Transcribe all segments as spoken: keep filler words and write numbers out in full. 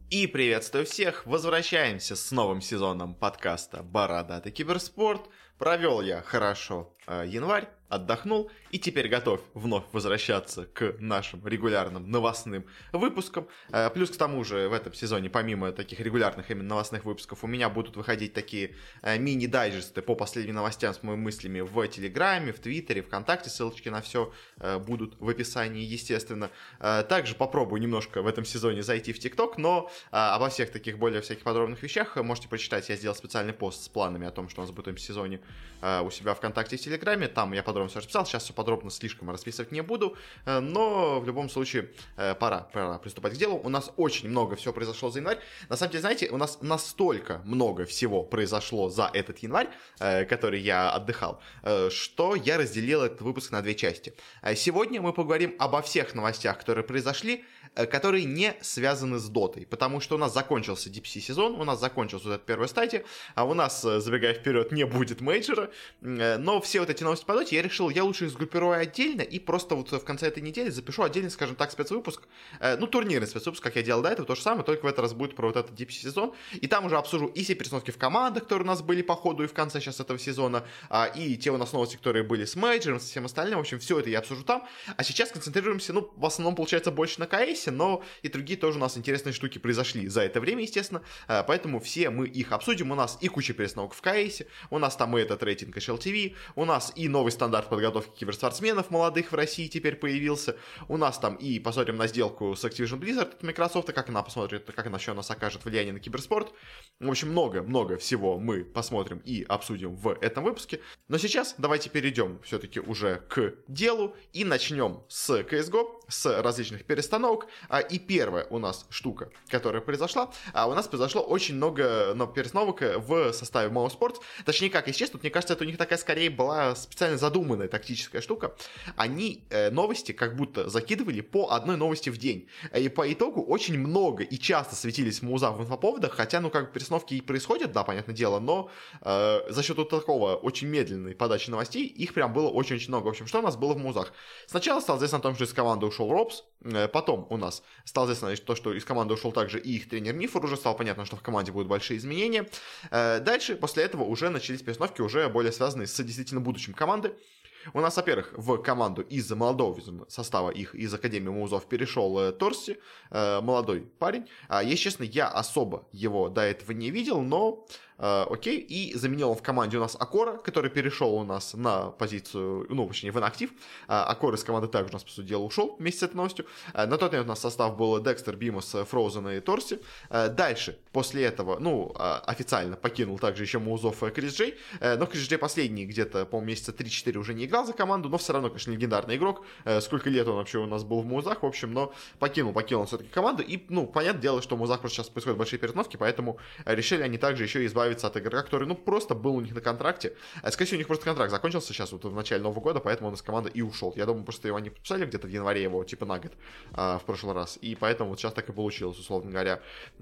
И приветствую всех! Возвращаемся с новым сезоном подкаста «Бородатый киберспорт». Провел я хорошо э, январь, отдохнул и теперь готов вновь возвращаться к нашим регулярным новостным выпускам. Э, плюс к тому же в этом сезоне, помимо таких регулярных именно новостных выпусков, у меня будут выходить такие э, мини-дайджесты по последним новостям с моими мыслями в Телеграме, в Твиттере, ВКонтакте. Ссылочки на все э, будут в описании, естественно. Э, также попробую немножко в этом сезоне зайти в ТикТок, но э, обо всех таких более всяких подробных вещах можете прочитать. Я сделал специальный пост с планами о том, что у нас будет в этом сезоне у себя ВКонтакте и в Телеграме. Там я подробно все расписал. Сейчас все подробно слишком расписывать не буду. Но в любом случае пора, пора приступать к делу. У нас очень много всего произошло за январь. На самом деле, знаете, у нас настолько много всего произошло за этот январь, который я отдыхал, что я разделил этот выпуск на две части. Сегодня мы поговорим обо всех новостях, которые произошли, которые не связаны с дотой. Потому что у нас закончился ди пи си сезон, у нас закончился вот этот первый стадий, а у нас, забегая вперед, не будет мейджора. Но все вот эти новости по доте я решил, я лучше их сгруппирую отдельно и просто вот в конце этой недели запишу отдельный, скажем так, спецвыпуск. Ну, турнирный спецвыпуск, как я делал до этого, то же самое, только в этот раз будет про вот этот ди пи си сезон. И там уже обсужу и все перестановки в командах, которые у нас были по ходу и в конце сейчас этого сезона, и те у нас новости, которые были с мейджором, со всем остальным. В общем, все это я обсужу там. А сейчас концентрируемся, ну, в основном, получается, больше на КСе, но и другие тоже у нас интересные штуки произошли за это время, естественно. Поэтому все мы их обсудим. У нас и куча перестановок в КСе, у нас там и этот рейтинг эйч эл ти ви, у нас и новый стандарт подготовки киберспортсменов молодых в России теперь появился, у нас там и посмотрим на сделку с Activision Blizzard от Microsoft, как она посмотрит, как она еще у нас окажет влияние на киберспорт. В общем, много-много всего мы посмотрим и обсудим в этом выпуске. Но сейчас давайте перейдем все-таки уже к делу и начнем с си эс го, с различных перестановок. И первая у нас штука, которая произошла, у нас произошло очень много перестановок в составе Mousesports. Точнее, как, если честно, мне кажется, это у них такая скорее была специально задуманная тактическая штука. Они э, новости как будто закидывали по одной новости в день. И по итогу очень много и часто светились муза в инфоповодах, хотя, ну, как бы перестановки и происходят, да, понятное дело, но э, за счет вот такого очень медленной подачи новостей их прям было очень-очень много. В общем, что у нас было в музах? Сначала стало известно о том, что из команды ушел Робс, э, потом у нас стало известно то, что из команды ушел также и их тренер Мифор, уже стало понятно, что в команде будут большие изменения. Э, дальше, после этого уже начались перестановки, уже более связанные с действительно будущим команды. У нас, во-первых, в команду из молодого состава их, из Академии Музов перешел э, Торси, э, молодой парень. А, если честно, я особо его до этого не видел, но э, окей. И заменил он в команде у нас Акора, который перешел у нас на позицию, ну, точнее, в инактив. А, Акор из команды также у нас, по сути дела, ушел вместе с этой новостью. А, на тот момент у нас состав был Декстер, Бимос, Фроузен и Торси. А, дальше, после этого, ну, официально покинул также еще Музов Крис Джей. А, но Крис Джей последний где-то, по-моему, месяца три-четыре уже не играл за команду, но все равно, конечно, легендарный игрок. Сколько лет он вообще у нас был в Музах, в общем, но покинул, покинул он все-таки команду. И, ну, понятное дело, что в Музах просто сейчас происходят большие перестановки, поэтому решили они также еще избавиться от игрока, который, ну, просто был у них на контракте. Скорее всего, у них просто контракт закончился сейчас вот в начале Нового года, поэтому он из команды и ушел. Я думаю, просто его не подписали где-то в январе его, типа, на год а, в прошлый раз. И поэтому вот сейчас так и получилось, условно говоря.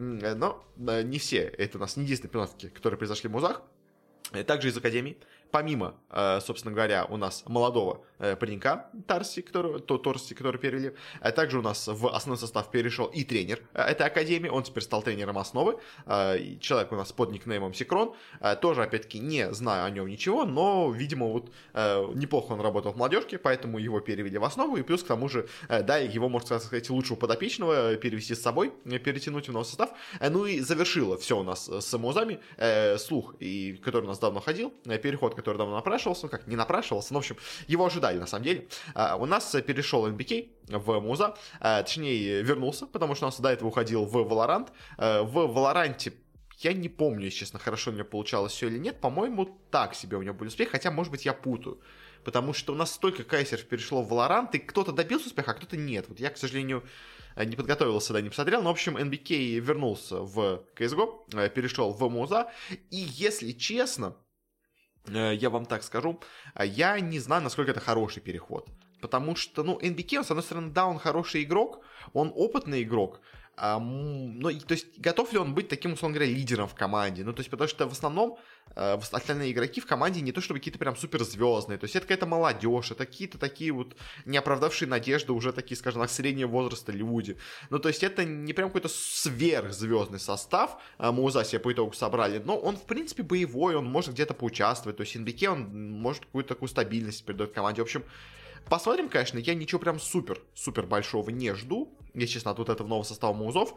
Но не все, это у нас не единственные перестановки, которые произошли в Музах. Также из Академии, помимо, собственно говоря, у нас молодого паренька Тарси, который, то, Торси, который перевели, также у нас в основной состав перешел и тренер этой Академии, он теперь стал тренером основы, человек у нас под никнеймом Секрон, тоже, опять-таки, не знаю о нем ничего, но, видимо, вот неплохо он работал в молодежке, поэтому его перевели в основу, и плюс, к тому же, да, его, можно сказать, лучшего подопечного перевести с собой, перетянуть в новый состав, ну и завершило все у нас с музами, слух, и, который у нас давно ходил, переход, который давно напрашивался, ну как, не напрашивался, но, в общем, его ожидали, на самом деле. А, у нас перешел эн би кей в Муза, а, точнее, вернулся, потому что у нас до этого уходил в Valorant. А, в Valorant я не помню, если честно, хорошо у меня получалось все или нет, по-моему, так себе у него были успехи, хотя, может быть, я путаю. Потому что у нас столько кайсеров перешло в Valorant, и кто-то добился успеха, а кто-то нет. Вот я, к сожалению, не подготовился, да, не посмотрел. Но, в общем, эн би кей вернулся в си эс го, перешел в Муза. И, если честно, я вам так скажу, я не знаю, насколько это хороший переход. Потому что, ну, эн би кей, он, с одной стороны, да, он хороший игрок, он опытный игрок, А, ну, то есть, готов ли он быть таким, условно говоря, лидером в команде? Ну, то есть, потому что в основном э, остальные игроки в команде не то чтобы какие-то прям суперзвездные. То есть, это какая-то молодежь, это какие-то такие вот не оправдавшие надежды уже такие, скажем так, среднего возраста люди. Ну, то есть, это не прям какой-то сверхзвездный состав э, Мууза себе по итогу собрали, но он, в принципе, боевой, он может где-то поучаствовать. То есть, эн би кей он может какую-то такую стабильность передать команде. В общем, посмотрим, конечно, я ничего прям супер-супер большого не жду, если честно, от вот этого нового состава Муузов,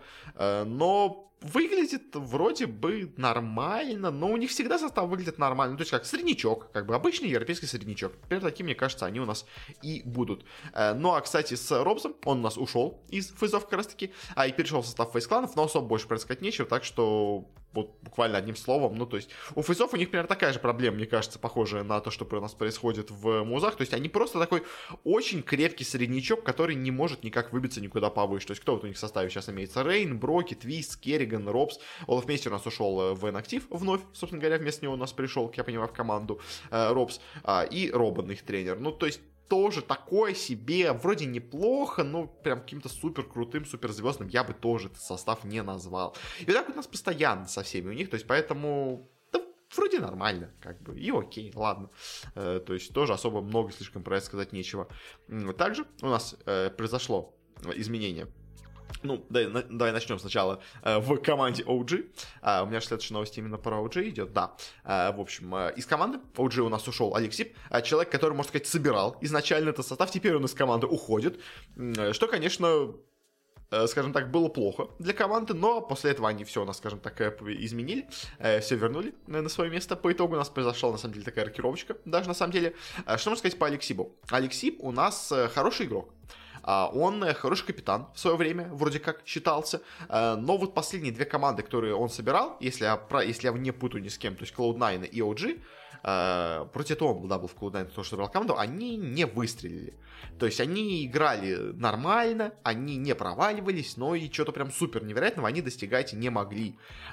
но выглядит вроде бы нормально, но у них всегда состав выглядит нормально, то есть как среднячок, как бы обычный европейский среднячок. Теперь такие, мне кажется, они у нас и будут. Ну, а, кстати, с Робсом, он у нас ушел из фейзов как раз таки, а и перешел в состав фейс-кланов, но особо больше предсказать нечего, так что вот буквально одним словом, ну, то есть у фейзов у них, примерно, такая же проблема, мне кажется, похожая на то, что у нас происходит в Муузах, то есть они просто такой очень крепкий среднячок, который не может никак выбиться никуда повыше. То есть кто вот у них в составе сейчас имеется? Рейн, Броки, Твист, Керриган, Робс. Олаф Мейстер у нас ушел в инактив вновь, собственно говоря, вместо него у нас пришел, как я понимаю, в команду э, Робс, э, и Робан, их тренер. Ну, то есть тоже такое себе, вроде неплохо, но прям каким-то супер крутым, супер звездным я бы тоже этот состав не назвал. И вот так вот у нас постоянно со всеми у них, то есть поэтому... Вроде нормально, как бы, и окей, ладно. Э, то есть тоже особо много слишком про это сказать нечего. Также у нас э, произошло изменение. Ну, давай, давай начнем сначала э, в команде о джи. Э, у меня же следующая новость именно про о джи идет, да. Э, в общем, э, из команды о джи у нас ушел Алексип, э, человек, который, можно сказать, собирал изначально этот состав, теперь он из команды уходит, э, что, конечно... скажем так, было плохо для команды, но после этого они все у нас, скажем так, изменили, все вернули на свое место. По итогу у нас произошла, на самом деле, такая рокировочка, даже на самом деле. Что можно сказать по Алексибу? Алексиб у нас хороший игрок. Он хороший капитан в свое время, вроде как считался, но вот последние две команды, которые он собирал, если я, если я не путаю ни с кем, то есть клауд найн и о джи, против этого он, да, был в клауд найн, тоже собирал команду, они не выстрелили. То есть они играли нормально, они не проваливались, но и что-то прям супер невероятного они достигать не могли.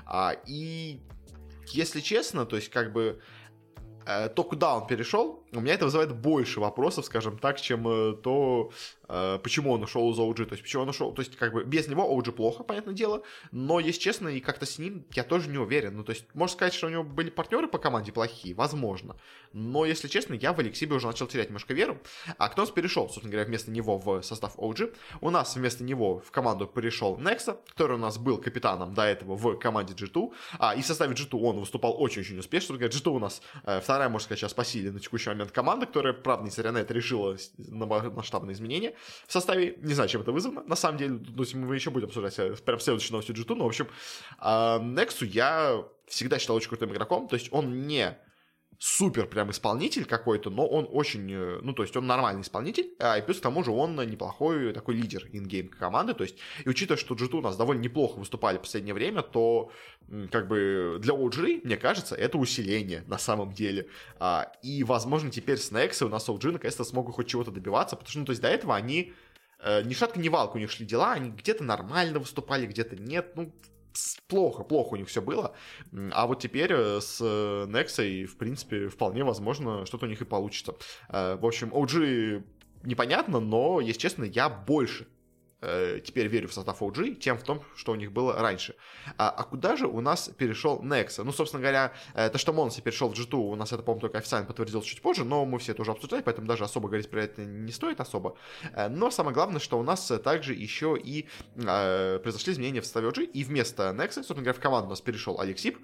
И, если честно, то есть как бы то, куда он перешел, у меня это вызывает больше вопросов, скажем так, чем э, то, э, почему он ушел из о джи. То есть, почему он ушел. То есть, как бы без него о джи плохо, понятное дело. Но, если честно, и как-то с ним я тоже не уверен. Ну, то есть, можно сказать, что у него были партнеры по команде плохие, возможно. Но, если честно, я в Алексибе уже начал терять немножко веру. А кто у нас перешел, собственно говоря, вместо него в состав о джи? У нас вместо него в команду перешел Некса, который у нас был капитаном до этого в команде джи ту. А, и в составе джи ту он выступал очень-очень успешно. джи ту у нас э, вторая, можно сказать, сейчас по силе на текущий момент команда, которая, правда, несмотря на это, решила масштабные изменения в составе. Не знаю, чем это вызвано. На самом деле, то есть мы еще будем обсуждать прям следующей новостью джи ту, но, в общем, Нексу я всегда считал очень крутым игроком, то есть он не супер прям исполнитель какой-то, но он очень, ну, то есть он нормальный исполнитель, а, и плюс к тому же он неплохой такой лидер ингейм команды, то есть, и учитывая, что джи ту у нас довольно неплохо выступали в последнее время, то, как бы, для о джи, мне кажется, это усиление на самом деле, а, и, возможно, теперь с Nexus у нас о джи наконец-то смогут хоть чего-то добиваться, потому что, ну, то есть, до этого они, э, ни шатка, ни валка у них шли дела, они где-то нормально выступали, где-то нет, ну, плохо, плохо у них все было, а вот теперь с Nexus, в принципе, вполне возможно, что-то у них и получится. В общем, о джи непонятно, но, если честно, я больше теперь верю в состав о джи, чем в том, что у них было раньше. А, а куда же у нас перешел Nexa? Ну, собственно говоря, то, что Монси перешел в джи ту, у нас это, по-моему, только официально подтвердилось чуть позже, но мы все это уже обсуждали, поэтому даже особо говорить про это не стоит особо. Но самое главное, что у нас также еще и э, произошли изменения в составе о джи, и вместо Nexa, собственно говоря, в команду у нас перешел Алексип,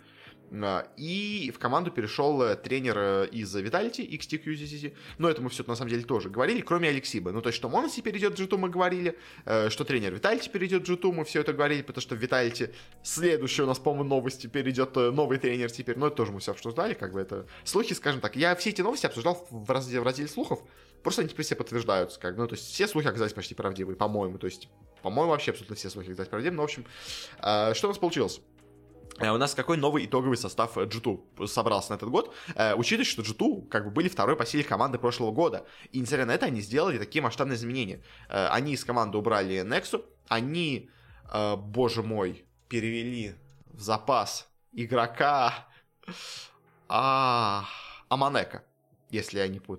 и в команду перешел тренер из Vitality, икс ти кью си си. Но это мы все на самом деле тоже говорили, кроме Алексиба. Ну, то есть, что Моноси перейдет в джи ту, мы говорили, что тренер Vitality перейдет в джи ту, мы все это говорили, потому что в Vitality следующая у нас, по-моему, новости, перейдет новый тренер теперь. Но это тоже мы все обсуждали, как бы это слухи, скажем так. Я все эти новости обсуждал в разделе, в разделе слухов, просто они теперь все подтверждаются. Как, ну, то есть, все слухи оказались почти правдивые, по-моему. То есть, по-моему, вообще абсолютно все слухи оказались правдивые. Но, в общем, что у нас получилось? У нас какой новый итоговый состав джи ту собрался на этот год, э, учитывая, что джи ту как бы были второй по силе команды прошлого года, и несмотря на это они сделали такие масштабные изменения. Э, они из команды убрали Нексу, они, э, боже мой, перевели в запас игрока а, Аманека, если я не путаю.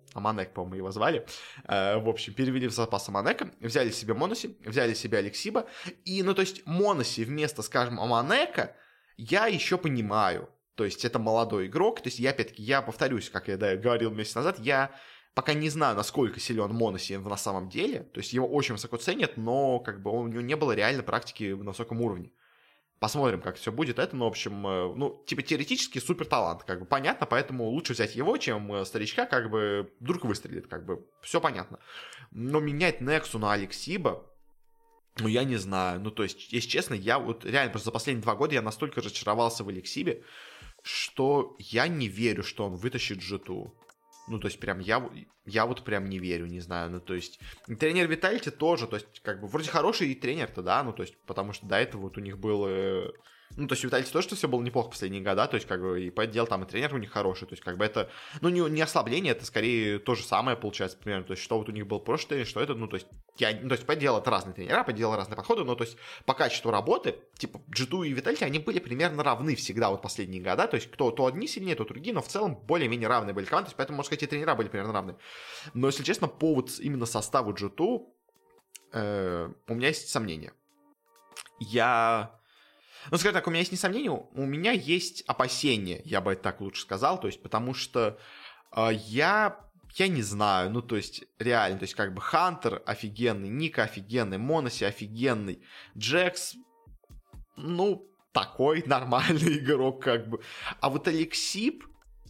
Аманек, по-моему, его звали. В общем, перевели в запас Аманека, взяли себе Моноси, взяли себе Алексиба. И, ну, то есть, Моноси вместо, скажем, Аманека я еще понимаю. То есть, это молодой игрок. То есть, я, опять-таки, я повторюсь, как я да, говорил месяц назад, я пока не знаю, насколько силен Моноси на самом деле. То есть, его очень высоко ценят, но, как бы, у него не было реально практики на высоком уровне. Посмотрим, как все будет. Это, ну, в общем, ну, типа, теоретически супер талант, как бы, понятно, поэтому лучше взять его, чем старичка, как бы, вдруг выстрелит, как бы, все понятно. Но менять Нексу на Алексиба, ну, я не знаю, ну, то есть, если честно, я вот реально просто за последние два года я настолько разочаровался в Алексибе, что я не верю, что он вытащит джиту. Ну, то есть, прям я, я вот прям не верю, не знаю, ну, то есть, тренер Виталити тоже, то есть, как бы, вроде хороший тренер-то, да, ну, то есть, потому что до этого вот у них был, э, ну, то есть, у Виталити тоже все было неплохо в последние года, то есть, как бы, и по делу там и тренер у них хороший, то есть, как бы, это, ну, не, не ослабление, это скорее то же самое, получается, примерно, то есть, что вот у них был прошлый тренер, что это, ну, то есть, я, ну, то есть, по делу это разные тренера, по делу разные подходы, но, то есть, по качеству работы, типа, джиту и Виталити, они были примерно равны всегда вот последние года, то есть, кто то одни сильнее, то другие, но в целом более-менее равные были команды, то есть, поэтому, можно сказать, и тренера были примерно равны. Но, если честно, по вот именно составу джиту э, у меня есть сомнения. Я... Ну, скажем так, у меня есть не сомнения, у меня есть опасения, я бы это так лучше сказал, то есть, потому что э, я... Я не знаю, ну, то есть, реально, то есть, как бы, Хантер офигенный, Ника офигенный, Моноси офигенный, Джекс, ну, такой нормальный игрок, как бы. А вот Алексип,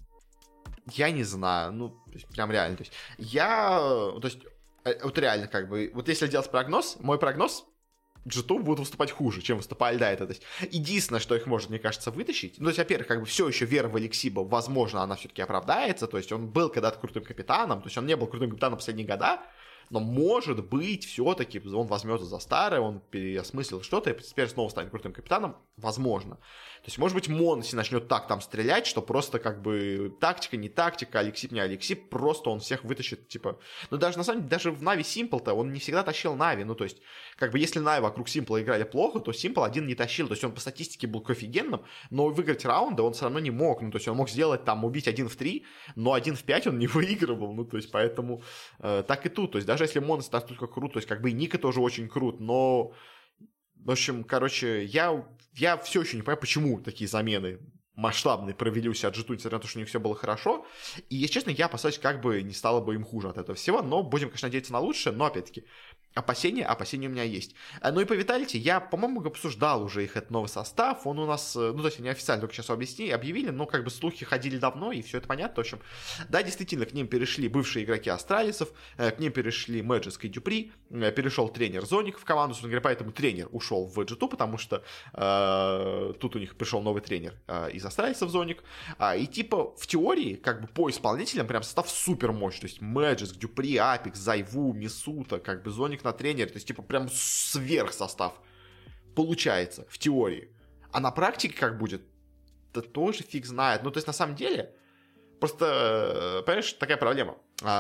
я не знаю, ну, то есть, прям реально, то есть, я, то есть, вот реально, как бы, вот если делать прогноз, мой прогноз, джиту будут выступать хуже, чем выступали до этого. То есть, единственное, что их может, мне кажется, вытащить, ну, то есть, во-первых, как бы, все еще вера в Алексиба, возможно, она все-таки оправдается, то есть, он был когда-то крутым капитаном, то есть, он не был крутым капитаном в последние года, но, может быть, все-таки он возьмется за старое, он переосмыслил что-то, и теперь снова станет крутым капитаном, возможно. То есть, может быть, Моноси начнет так там стрелять, что просто, как бы, тактика, не тактика, Алексип, не Алексип, просто он всех вытащит, типа... Ну, даже, на самом деле, даже в Нави Симпл-то он не всегда тащил Нави, ну, то есть, как бы, если Нави вокруг Симпла играли плохо, то Симпл один не тащил, то есть, он по статистике был офигенным, но выиграть раунды он все равно не мог, ну, то есть, он мог сделать, там, убить один в три, но один в пять он не выигрывал, ну, то есть, поэтому э, так и тут, то есть, даже если Моноси настолько крут, то есть, как бы, и Ника тоже очень крут, но... В общем, короче, я, я все еще не понимаю, почему такие замены масштабные провели у себя джиту, несмотря на то, что у них все было хорошо. И, если честно, я опасаюсь, как бы не стало бы им хуже от этого всего, но будем, конечно, надеяться на лучшее, но, опять-таки, опасения, опасения у меня есть. Ну и по Виталити, я, по-моему, обсуждал уже их этот новый состав, он у нас, ну, то есть, они официально только сейчас объяснили, объявили, но, как бы, слухи ходили давно, и все это понятно, в общем. Да, действительно, к ним перешли бывшие игроки Астралисов, к ним перешли Мэджиск и Дюпри, перешел тренер Зоник в команду, собственно говоря, поэтому тренер ушел в джиту, потому что э, тут у них пришел новый тренер э, из Астралисов Зоник, а, и, типа, в теории, как бы, по исполнителям прям состав супер мощный, то есть, Мэджиск, Дюпри, Апекс, Зайву, Мисута, как бы, Зоник на тренере, то есть, типа, прям сверх состав получается в теории. А на практике как будет, да тоже фиг знает. Ну, то есть, на самом деле, просто, понимаешь, такая проблема.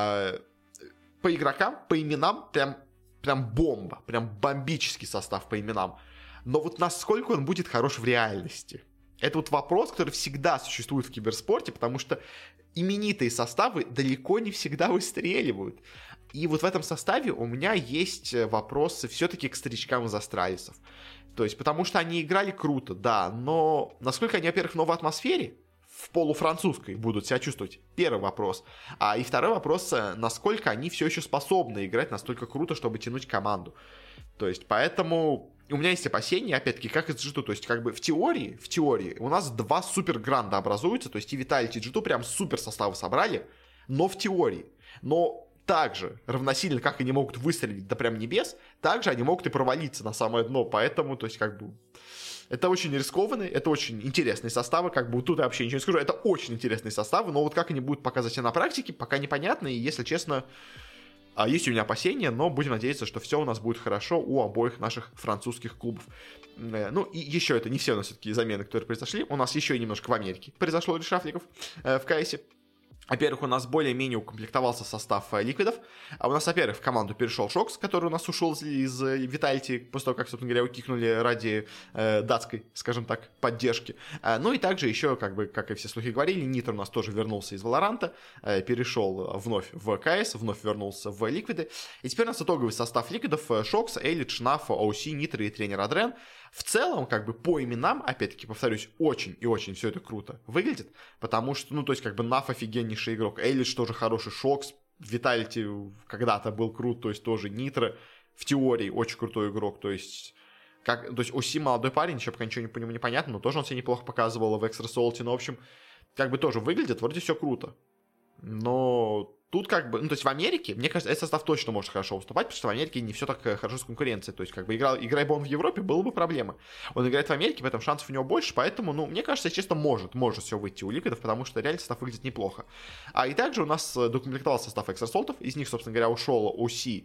По игрокам, по именам, прям, прям бомба, прям бомбический состав по именам. Но вот насколько он будет хорош в реальности? Это вот вопрос, который всегда существует в киберспорте, потому что именитые составы далеко не всегда выстреливают. И вот в этом составе у меня есть вопросы все-таки к старичкам из Астралисов. То есть, потому что они играли круто, да, но насколько они, во-первых, в новой атмосфере, в полуфранцузской будут себя чувствовать? Первый вопрос. А и второй вопрос, насколько они все еще способны играть настолько круто, чтобы тянуть команду. То есть, поэтому у меня есть опасения, опять-таки, как и с джиту. То есть, как бы в теории, в теории у нас два супер гранда образуются, то есть и Виталити, и джиту прям супер составы собрали, но в теории. Но также, равносильно, как они могут выстрелить до прям небес, также они могут и провалиться на самое дно, поэтому, то есть, как бы, это очень рискованные, это очень интересные составы, как бы, тут я вообще ничего не скажу, это очень интересные составы, но вот как они будут показывать себя на практике, пока непонятно, и, если честно, есть у меня опасения, но будем надеяться, что все у нас будет хорошо у обоих наших французских клубов. Ну, и еще это не все у нас все-таки замены, которые произошли, у нас еще и немножко в Америке произошло решафликов в КСе. Во-первых, у нас более-менее укомплектовался состав э, ликвидов. А у нас, во-первых, в команду перешел Шокс, который у нас ушел из Витальти после того, как, собственно говоря, его кикнули ради э, датской, скажем так, поддержки. А, ну и также еще, как бы, как и все слухи говорили, Нитро у нас тоже вернулся из Валоранта, э, перешел вновь в КС, вновь вернулся в ликвиды. И теперь у нас итоговый состав ликвидов: Шокс, Элит, Шнаф, оуси, Нитро и тренер Адрен. В целом, как бы по именам, опять-таки, повторюсь, очень и очень все это круто выглядит, потому что, ну, то есть, как бы Наф офигеннейший игрок, Элиш тоже хороший, Шокс, Витальти когда-то был крут, то есть тоже Нитро в теории очень крутой игрок, то есть, как, то есть оуси молодой парень, еще пока ничего не, по нему не понятно, но тоже он себя неплохо показывал в Экстра Солти, но, в общем, как бы тоже выглядит, вроде все круто, но... Тут как бы, ну то есть в Америке, мне кажется, этот состав точно может хорошо выступать, потому что в Америке не все так хорошо с конкуренцией. То есть как бы играл, играй бы он в Европе, было бы проблема. Он играет в Америке, поэтому шансов у него больше, поэтому, ну, мне кажется, честно, может, может все выйти у ликвидов, потому что реально состав выглядит неплохо. А и также у нас докомплектовался состав экстрасолтов, из них, собственно говоря, ушел оуси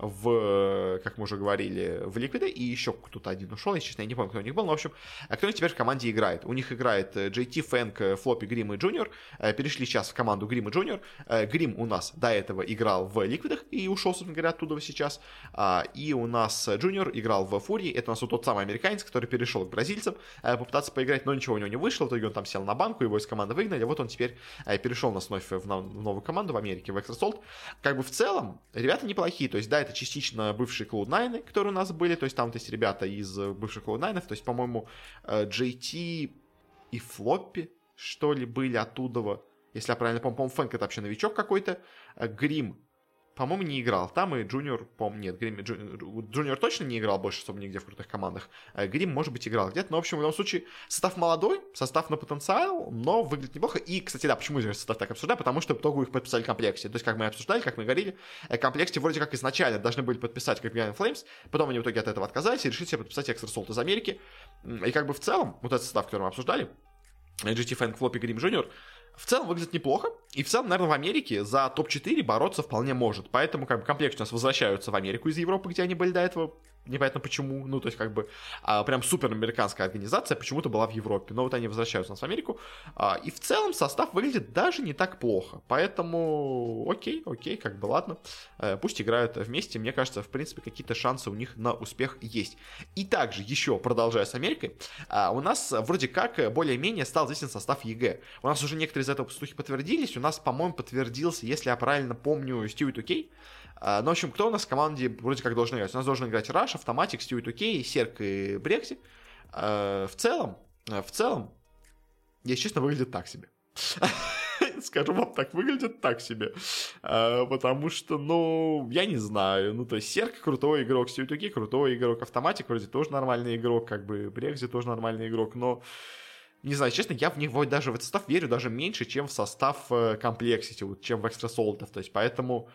в, как мы уже говорили, в ликвиды, и еще кто-то один ушел, если честно, я не помню, кто у них был, но, в общем, кто у них теперь в команде играет. У них играет джей ти, Фэнк, Флоппи, Грим и Джуниор, перешли сейчас в команду Грим и Джуниор. Грим у нас до этого играл в ликвидах и ушел, собственно говоря, оттуда сейчас, и у нас Джуниор играл в Фурии, это у нас вот тот самый американец, который перешел к бразильцам, попытаться поиграть, но ничего у него не вышло, в итоге он там сел на банку, его из команды выгнали, вот он теперь перешел на вновь в новую команду в Америке, в Экстрасолт. Как бы в целом, ребята неплохие, то есть, да, это частично бывшие клоуд найны, которые у нас были, то есть там то есть ребята из бывших клоуд найнов, то есть, по-моему, джей ти и Флоппи, что ли, были оттуда, если я правильно помню, по-моему, Фэнк это вообще новичок какой-то, Грим, по-моему, не играл, там и Джуниор, по-моему, нет, Грим, Джуниор точно не играл больше особо нигде в крутых командах, Грим, может быть, играл где-то, но, в общем, в любом случае, состав молодой, состав на потенциал, но выглядит неплохо, и, кстати, да, почему я состав так обсуждаю, потому что в итоге их подписали в комплекте, то есть, как мы обсуждали, как мы говорили, в комплекте вроде как изначально должны были подписать как Caribbean Flames, потом они в итоге от этого отказались и решили себе подписать Extra Salt из Америки, и как бы в целом, вот этот состав, который мы обсуждали, джей ти, Фэнк, Флоппи, Грим, Джуниор, в целом выглядит неплохо, и в целом, наверное, в Америке за топ четыре бороться вполне может, поэтому как бы комплекты у нас возвращаются в Америку из Европы, где они были до этого, непонятно почему, ну, то есть, как бы, а, прям супер американская организация почему-то была в Европе, но вот они возвращаются у нас в Америку, а, и в целом состав выглядит даже не так плохо, поэтому окей, окей, как бы, ладно, а, пусть играют вместе, мне кажется, в принципе, какие-то шансы у них на успех есть. И также, еще, продолжая с Америкой, а, у нас вроде как более-менее стал известен состав ЕГЭ, у нас уже некоторые из этого слухи подтвердились, у нас, по-моему, подтвердился, если я правильно помню, Стьюи ту кей. Uh, ну, в общем, кто у нас в команде вроде как должен играть? У нас должен играть Раш, Автоматик, Стьюи ту кей, Серк и Брекси. Uh, в целом, uh, в целом, если честно, выглядит так себе. Скажу вам так, выглядит так себе. Uh, потому что, ну, я не знаю. Ну, то есть, Серк крутой игрок, Стьюи ту кей крутой игрок, Автоматик вроде тоже нормальный игрок, как бы Брекси тоже нормальный игрок, но... Не знаю, честно, я в него даже в этот состав верю даже меньше, чем в состав Complexity, uh, чем в Экстрасолтов. То есть, поэтому...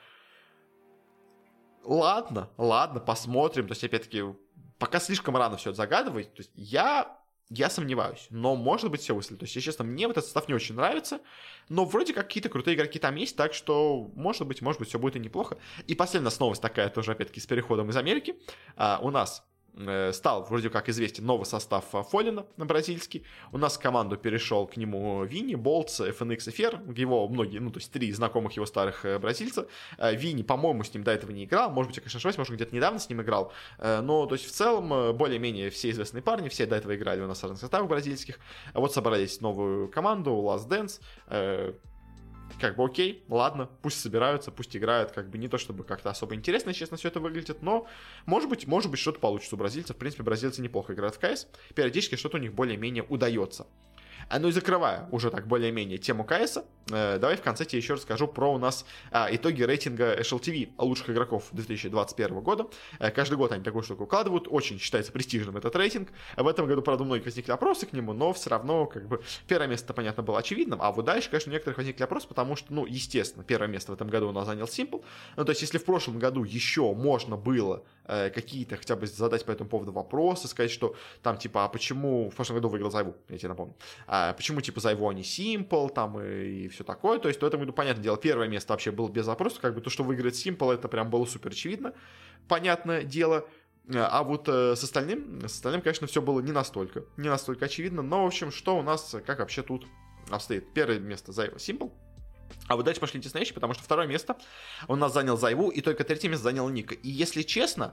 Ладно, ладно, посмотрим. То есть, опять-таки, пока слишком рано все это загадывать. То есть, я, я сомневаюсь. Но, может быть, все выстрелит. То есть, если честно, мне вот этот состав не очень нравится. Но вроде как какие-то крутые игроки там есть. Так что, может быть, может быть, все будет и неплохо. И последняя новость такая тоже, опять-таки, с переходом из Америки. А, у нас... стал вроде как известен новый состав Фоллина на бразильский. У нас в команду перешел к нему Винни, Болтс, эф эн икс и Фер. Его многие, ну то есть три знакомых его старых бразильца. Винни, по-моему, с ним до этого не играл. Может быть, я, конечно, ошибаюсь, может, где-то недавно с ним играл. Но, то есть, в целом, более-менее все известные парни, все до этого играли у нас в разных составах бразильских. Вот собрались в новую команду, Last Dance. Как бы окей, ладно, пусть собираются, пусть играют, как бы не то чтобы как-то особо интересно, честно, все это выглядит, но может быть, может быть, что-то получится у бразильцев. В принципе, бразильцы неплохо играют в КС, периодически что-то у них более-менее удается. Ну и закрывая уже так более-менее тему КС, э, давай в конце тебе еще расскажу про у нас э, итоги рейтинга эш эл ти ви лучших игроков две тысячи двадцать первого года. Э, каждый год они такую штуку укладывают, очень считается престижным этот рейтинг. В этом году, правда, у многих возникли вопросы к нему, но все равно, как бы, первое место, понятно, было очевидным, а вот дальше, конечно, у некоторых возникли вопросы, потому что, ну, естественно, первое место в этом году у нас занял Simple. Ну, то есть, если в прошлом году еще можно было э, какие-то хотя бы задать по этому поводу вопросы, сказать, что там, типа, а почему в прошлом году выиграл Зайву, я тебе напомню, а почему, типа, за его а не Simple, там, и, и все такое, то есть, в этом году, понятное дело, первое место вообще было без вопросов, как бы, то, что выиграет Simple, это прям было супер очевидно, понятное дело, а вот э, с остальным, с остальным, конечно, все было не настолько, не настолько очевидно, но, в общем, что у нас, как вообще тут обстоит? Первое место за его Simple, А вот дальше пошли интересные вещи, потому что второе место у нас занял Зайву, и только третье место занял Ника. И если честно,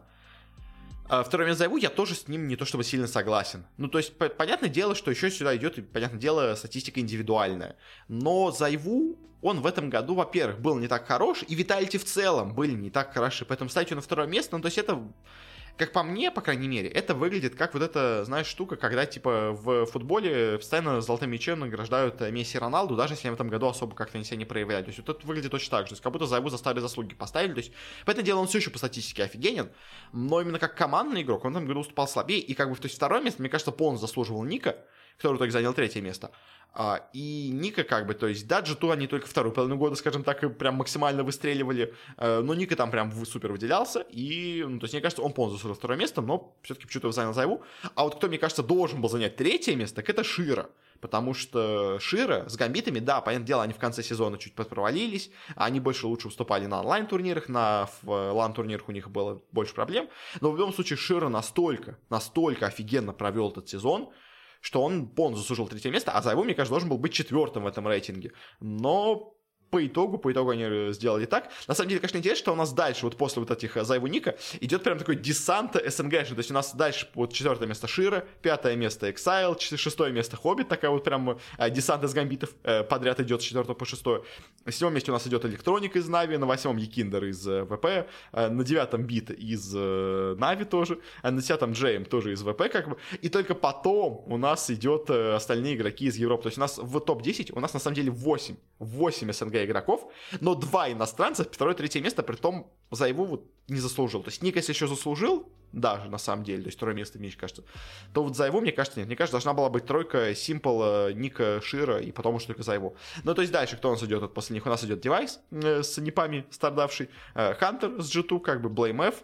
второе место Зайву, я тоже с ним не то чтобы сильно согласен. Ну, то есть, понятное дело, что еще сюда идет, понятное дело, статистика индивидуальная. Но Зайву, он в этом году, во-первых, был не так хорош, и Виталити в целом были не так хороши. Поэтому ставить его на второе место, ну, то есть это... Как по мне, по крайней мере, это выглядит как вот эта, знаешь, штука, когда, типа, в футболе постоянно золотым мячом награждают Месси и Роналду, даже если они в этом году особо как-то они себя не проявляли. То есть вот это выглядит точно так же. То есть как будто Зайву заставили заслуги поставили. То есть, по этому делу он все еще по статистике офигенен, но именно как командный игрок он в этом году выступал слабее. И как бы, то есть второе место, мне кажется, полностью заслуживал Ника, который в итоге занял третье место. А, и Ника, как бы, то есть, да, джи ту они только вторую половину года, скажем так, и прям максимально выстреливали, а, но Ника там прям супер выделялся, и, ну, то есть, мне кажется, он полностью заслужил второе место, но все-таки почему-то занял Зайву. А вот кто, мне кажется, должен был занять третье место, так это Широ. Потому что Широ с гамбитами, да, понятное дело, они в конце сезона чуть подпровалились, они больше лучше выступали на онлайн-турнирах, на лан-турнирах у них было больше проблем, но в любом случае Широ настолько, настолько офигенно провел этот сезон, что он полностью заслужил третье место, а Зайву, мне кажется, должен был быть четвертым в этом рейтинге. Но по итогу, по итогу они сделали так. На самом деле, конечно, интересно, что у нас дальше, вот после вот этих Зайву Ника, идет прям такой десант СНГ. То есть у нас дальше вот четвертое место Широ, пятое место Exile, шестое место Хоббит, такая вот прям десант из гамбитов подряд идет с четвертого по шестое. На седьмом месте у нас идет Электроник из Нави, на восьмом Якиндер из ВП, на девятом Бит из Нави тоже, а на десятом Джейм тоже из ВП как бы. И только потом у нас идет остальные игроки из Европы. То есть у нас в топ десять у нас на самом деле восемь, восемь СНГ игроков, но два иностранца, второе, третье место, при том Зайву вот не заслужил. То есть Ник, если еще заслужил, даже на самом деле, то есть второе место, мне кажется, то вот Зайву, мне кажется, нет. Мне кажется, должна была быть тройка Simple, Ника, Широ, и потом уж только Зайву. Ну, то есть дальше, кто у нас идет вот после них? У нас идет Девайс э, с Нипами стардавший, Хантер с джи ту, как бы Blame F,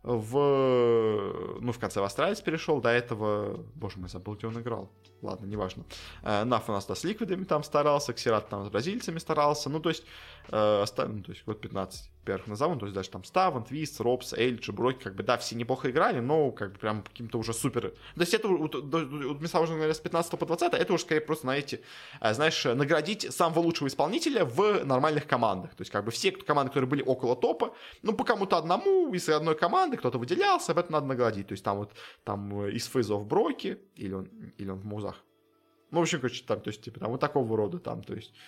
в, ну, в конце в Астралис перешел, до этого, боже мой, забыл, где он играл. Ладно, неважно. Наф у нас, да, с Ликвидами там старался, Ксерат там с бразильцами старался, ну, то есть, э, оста... ну, то есть, вот пятнадцать первых назову, то есть, дальше там Ставан, Твист, Робс, Эльджи, Броки, как бы, да, все неплохо играли, но, как бы, прям каким-то уже супер... То есть, это, вот, вместо уже, говоря, с пятнадцатого по двадцатое, это уже, скорее, просто, знаете, знаешь, наградить самого лучшего исполнителя в нормальных командах. То есть, как бы, все команды, которые были около топа, ну, по кому-то одному, из одной команды кто-то выделялся, об этом надо наградить. То есть, там вот, там из фейзов Броки, или он, или он в музах. Ну, в общем, короче, там, то есть, типа, там, вот такого рода, там, то есть,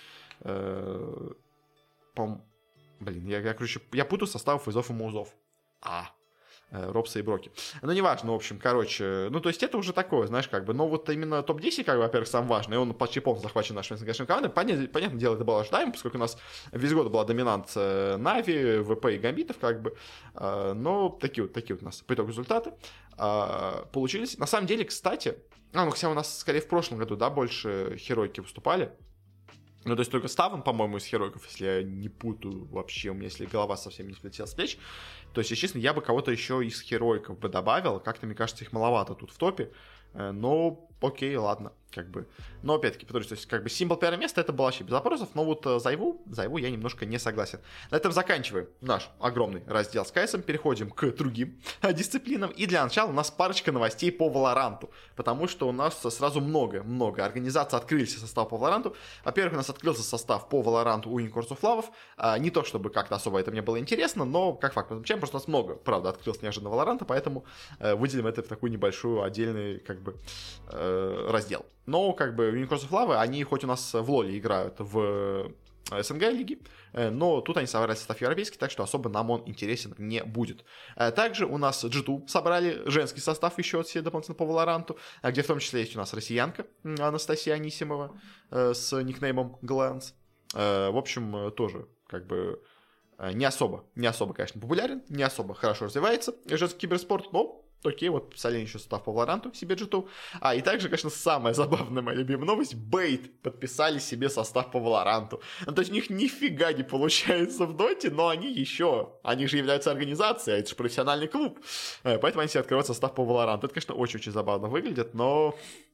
э, по блин, я, я, короче, я путаю состав фейзов и музов. А, э, Робса и Броки. Ну, неважно, в общем, короче, ну, то есть, это уже такое, знаешь, как бы, но вот именно топ десять, как бы, во-первых, самый важный, и он почти полностью захвачен нашей СНГшной командой. Понятное, понятное дело, это было ожидаемо, поскольку у нас весь год была доминанция Нави, ВП и Гамбитов, как бы, э, но такие вот, такие вот у нас по итогу результаты э, получились. На самом деле, кстати, а, ну, хотя у нас, скорее, в прошлом году, да, больше херойки выступали. Ну, то есть только Ставан, по-моему, из херойков, если я не путаю вообще, у меня, если голова совсем не слетела с плеч. То есть, если честно, я бы кого-то еще из херойков бы добавил. Как-то, мне кажется, их маловато тут в топе. Но, окей, ладно, как бы. Но, опять-таки, потому что, то есть, как бы, символ первое место, это было вообще без вопросов. Но вот Зайву, Зайву я немножко не согласен. На этом заканчиваем наш огромный раздел с КСом. Переходим к другим дисциплинам. И для начала у нас парочка новостей по Валоранту. Потому что у нас сразу много-много организаций открылись состав по Валоранту. Во-первых, у нас открылся состав по Валоранту у Unicorns of Love. Не то, чтобы как-то особо это мне было интересно, но как факт, чем просто у нас много, правда, открылось неожиданно Валоранта, поэтому выделим это в такую небольшую отдельный, как бы, раздел. Но, как бы, Unicorns of Love, они хоть у нас в Лоле играют в СНГ лиги, но тут они собрали состав европейский, так что особо нам он интересен не будет. Также у нас джи ту собрали женский состав еще от себе дополнительно по Валоранту, где в том числе есть у нас россиянка Анастасия Анисимова с никнеймом Glance. В общем, тоже, как бы, не особо, не особо, конечно, популярен, не особо хорошо развивается женский киберспорт, но окей, вот писали еще состав по Валоранту себе джи ту. А, и также, конечно, самая забавная моя любимая новость, бейт подписали себе состав по Валоранту. Ну, то есть у них нифига не получается в доте, но они еще, они же являются организацией, а это же профессиональный клуб. Поэтому они себе открывают состав по Валоранту. Это, конечно, очень-очень забавно выглядит, но...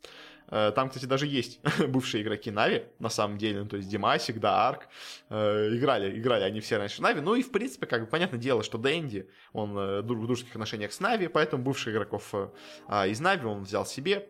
Там, кстати, даже есть бывшие игроки Нави, на самом деле, ну, то есть Димасик, да, Арк, играли, играли они все раньше в Нави, ну и, в принципе, как бы, понятное дело, что Дэнди, он в дружеских отношениях с Нави, поэтому бывших игроков из Нави он взял себе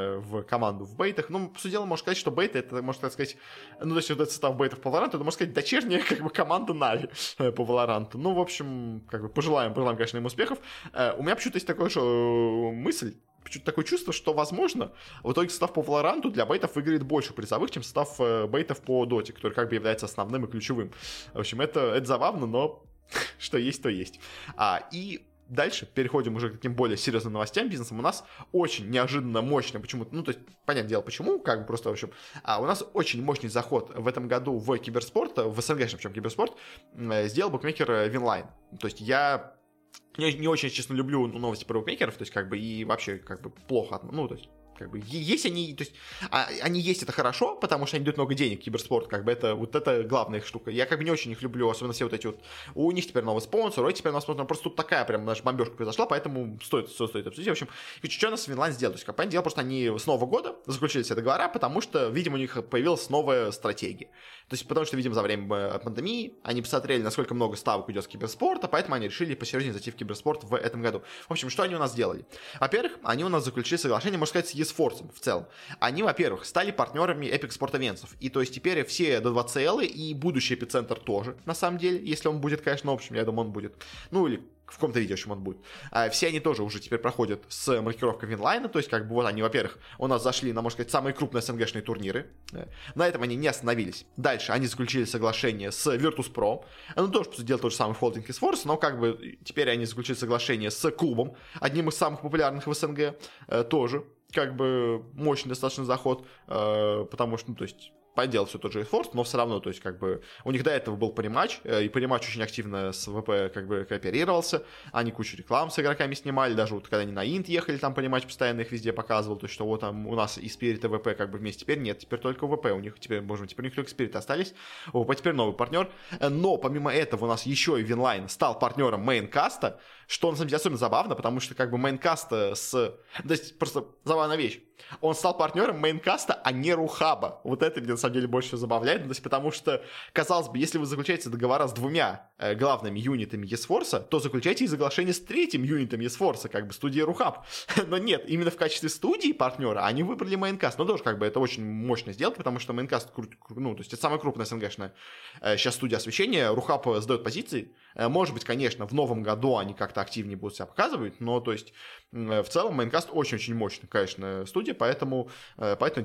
в команду в бейтах. Ну, по сути дела, можно сказать, что бейты, это, можно так сказать, ну, то есть вот этот состав бейтов по Valorant, это, можно сказать, дочерняя, как бы, команда Нави по Valorant. Ну, в общем, как бы, пожелаем, пожелаем, конечно, им успехов. У меня почему-то есть такая же мысль, почему-то такое чувство, что, возможно, в итоге состав по Valorant для бейтов выиграет больше призовых, чем состав бейтов по Доте, который как бы является основным и ключевым. В общем, это, это забавно, но что есть, то есть. А, и дальше переходим уже к таким более серьезным новостям бизнесом. У нас очень неожиданно мощно, почему-то, ну, то есть, понятное дело, почему, как бы просто, в общем, а у нас очень мощный заход в этом году в киберспорт, в СНГ, причем киберспорт, сделал букмекер Winline. То есть я не, не очень, честно, люблю новости про букмекеров, то есть, как бы, и вообще, как бы, плохо, ну, то есть, как бы, есть они, то есть, а, они есть, это хорошо, потому что они дают много денег, киберспорт, как бы, это, вот это главная их штука. Я, как бы, не очень их люблю, особенно все вот эти вот, у них теперь новый спонсор, у них теперь новый спонсор, просто тут такая прям, наша бомбежка произошла, поэтому стоит, стоит, стоит обсудить. В общем, что у нас Винлайн сделал? То есть, компания делала, просто они с Нового года заключили все договора, потому что, видимо, у них появилась новая стратегия. То есть, потому что, видимо, за время пандемии они посмотрели, насколько много ставок идет с киберспорта, поэтому они решили посерьезнее зайти в киберспорт в этом году. В общем, что они у нас сделали? Во-первых, они у нас заключили соглашение, можно сказать, с eSforce в целом. Они, во-первых, стали партнерами Epic Sport Events, и то есть теперь все ди два си эл и будущий Эпицентр тоже, на самом деле, если он будет, конечно, в общем, я думаю, он будет, ну или в каком-то видео, в общем, он будет. А, все они тоже уже теперь проходят с маркировкой Винлайна, то есть как бы вот они, во-первых, у нас зашли на, можно сказать, самые крупные СНГшные турниры. На этом они не остановились. Дальше они заключили соглашение с Virtus.pro. Ну, тоже, по сути дела, тот же самый холдинг из Force, но как бы теперь они заключили соглашение с клубом, одним из самых популярных в СНГ, тоже как бы мощный достаточно заход, потому что, ну, то есть поделал все тот же eSforce, но все равно, то есть, как бы, у них до этого был Париматч, и Париматч очень активно с ВП, как бы, кооперировался, они кучу реклам с игроками снимали, даже вот когда они на Инт ехали, там Париматч постоянно их везде показывал, то есть, что вот там у нас и Spirit, и ВП, как бы, вместе, теперь нет, теперь только ВП, у них теперь, может быть, теперь у них только Spirit остались, у ВП теперь новый партнер, но помимо этого у нас еще и Винлайн стал партнером Мейнкаста, что, на самом деле, особенно забавно, потому что, как бы, Мейнкаста с... То есть, просто забавная вещь. Он стал партнером Мейнкаста, а не Рухаба. Вот это меня, на самом деле, больше всего забавляет, то есть, потому что, казалось бы, если вы заключаете договора с двумя э, главными юнитами eSforce, то заключайте и соглашение с третьим юнитом eSforce, как бы, студией Рухаб. Но нет, именно в качестве студии партнера они выбрали Мейнкаст. Но тоже, как бы, это очень мощная сделка, потому что Мейнкаст, ну, то есть, это самая крупная СНГшная э, сейчас студия освещения. Рухаб сдает позиции. Э, может быть, конечно, в новом году они как-то активнее будут себя показывать, но, то есть, в целом, Майнкаст очень-очень мощная, конечно, студия, поэтому, поэтому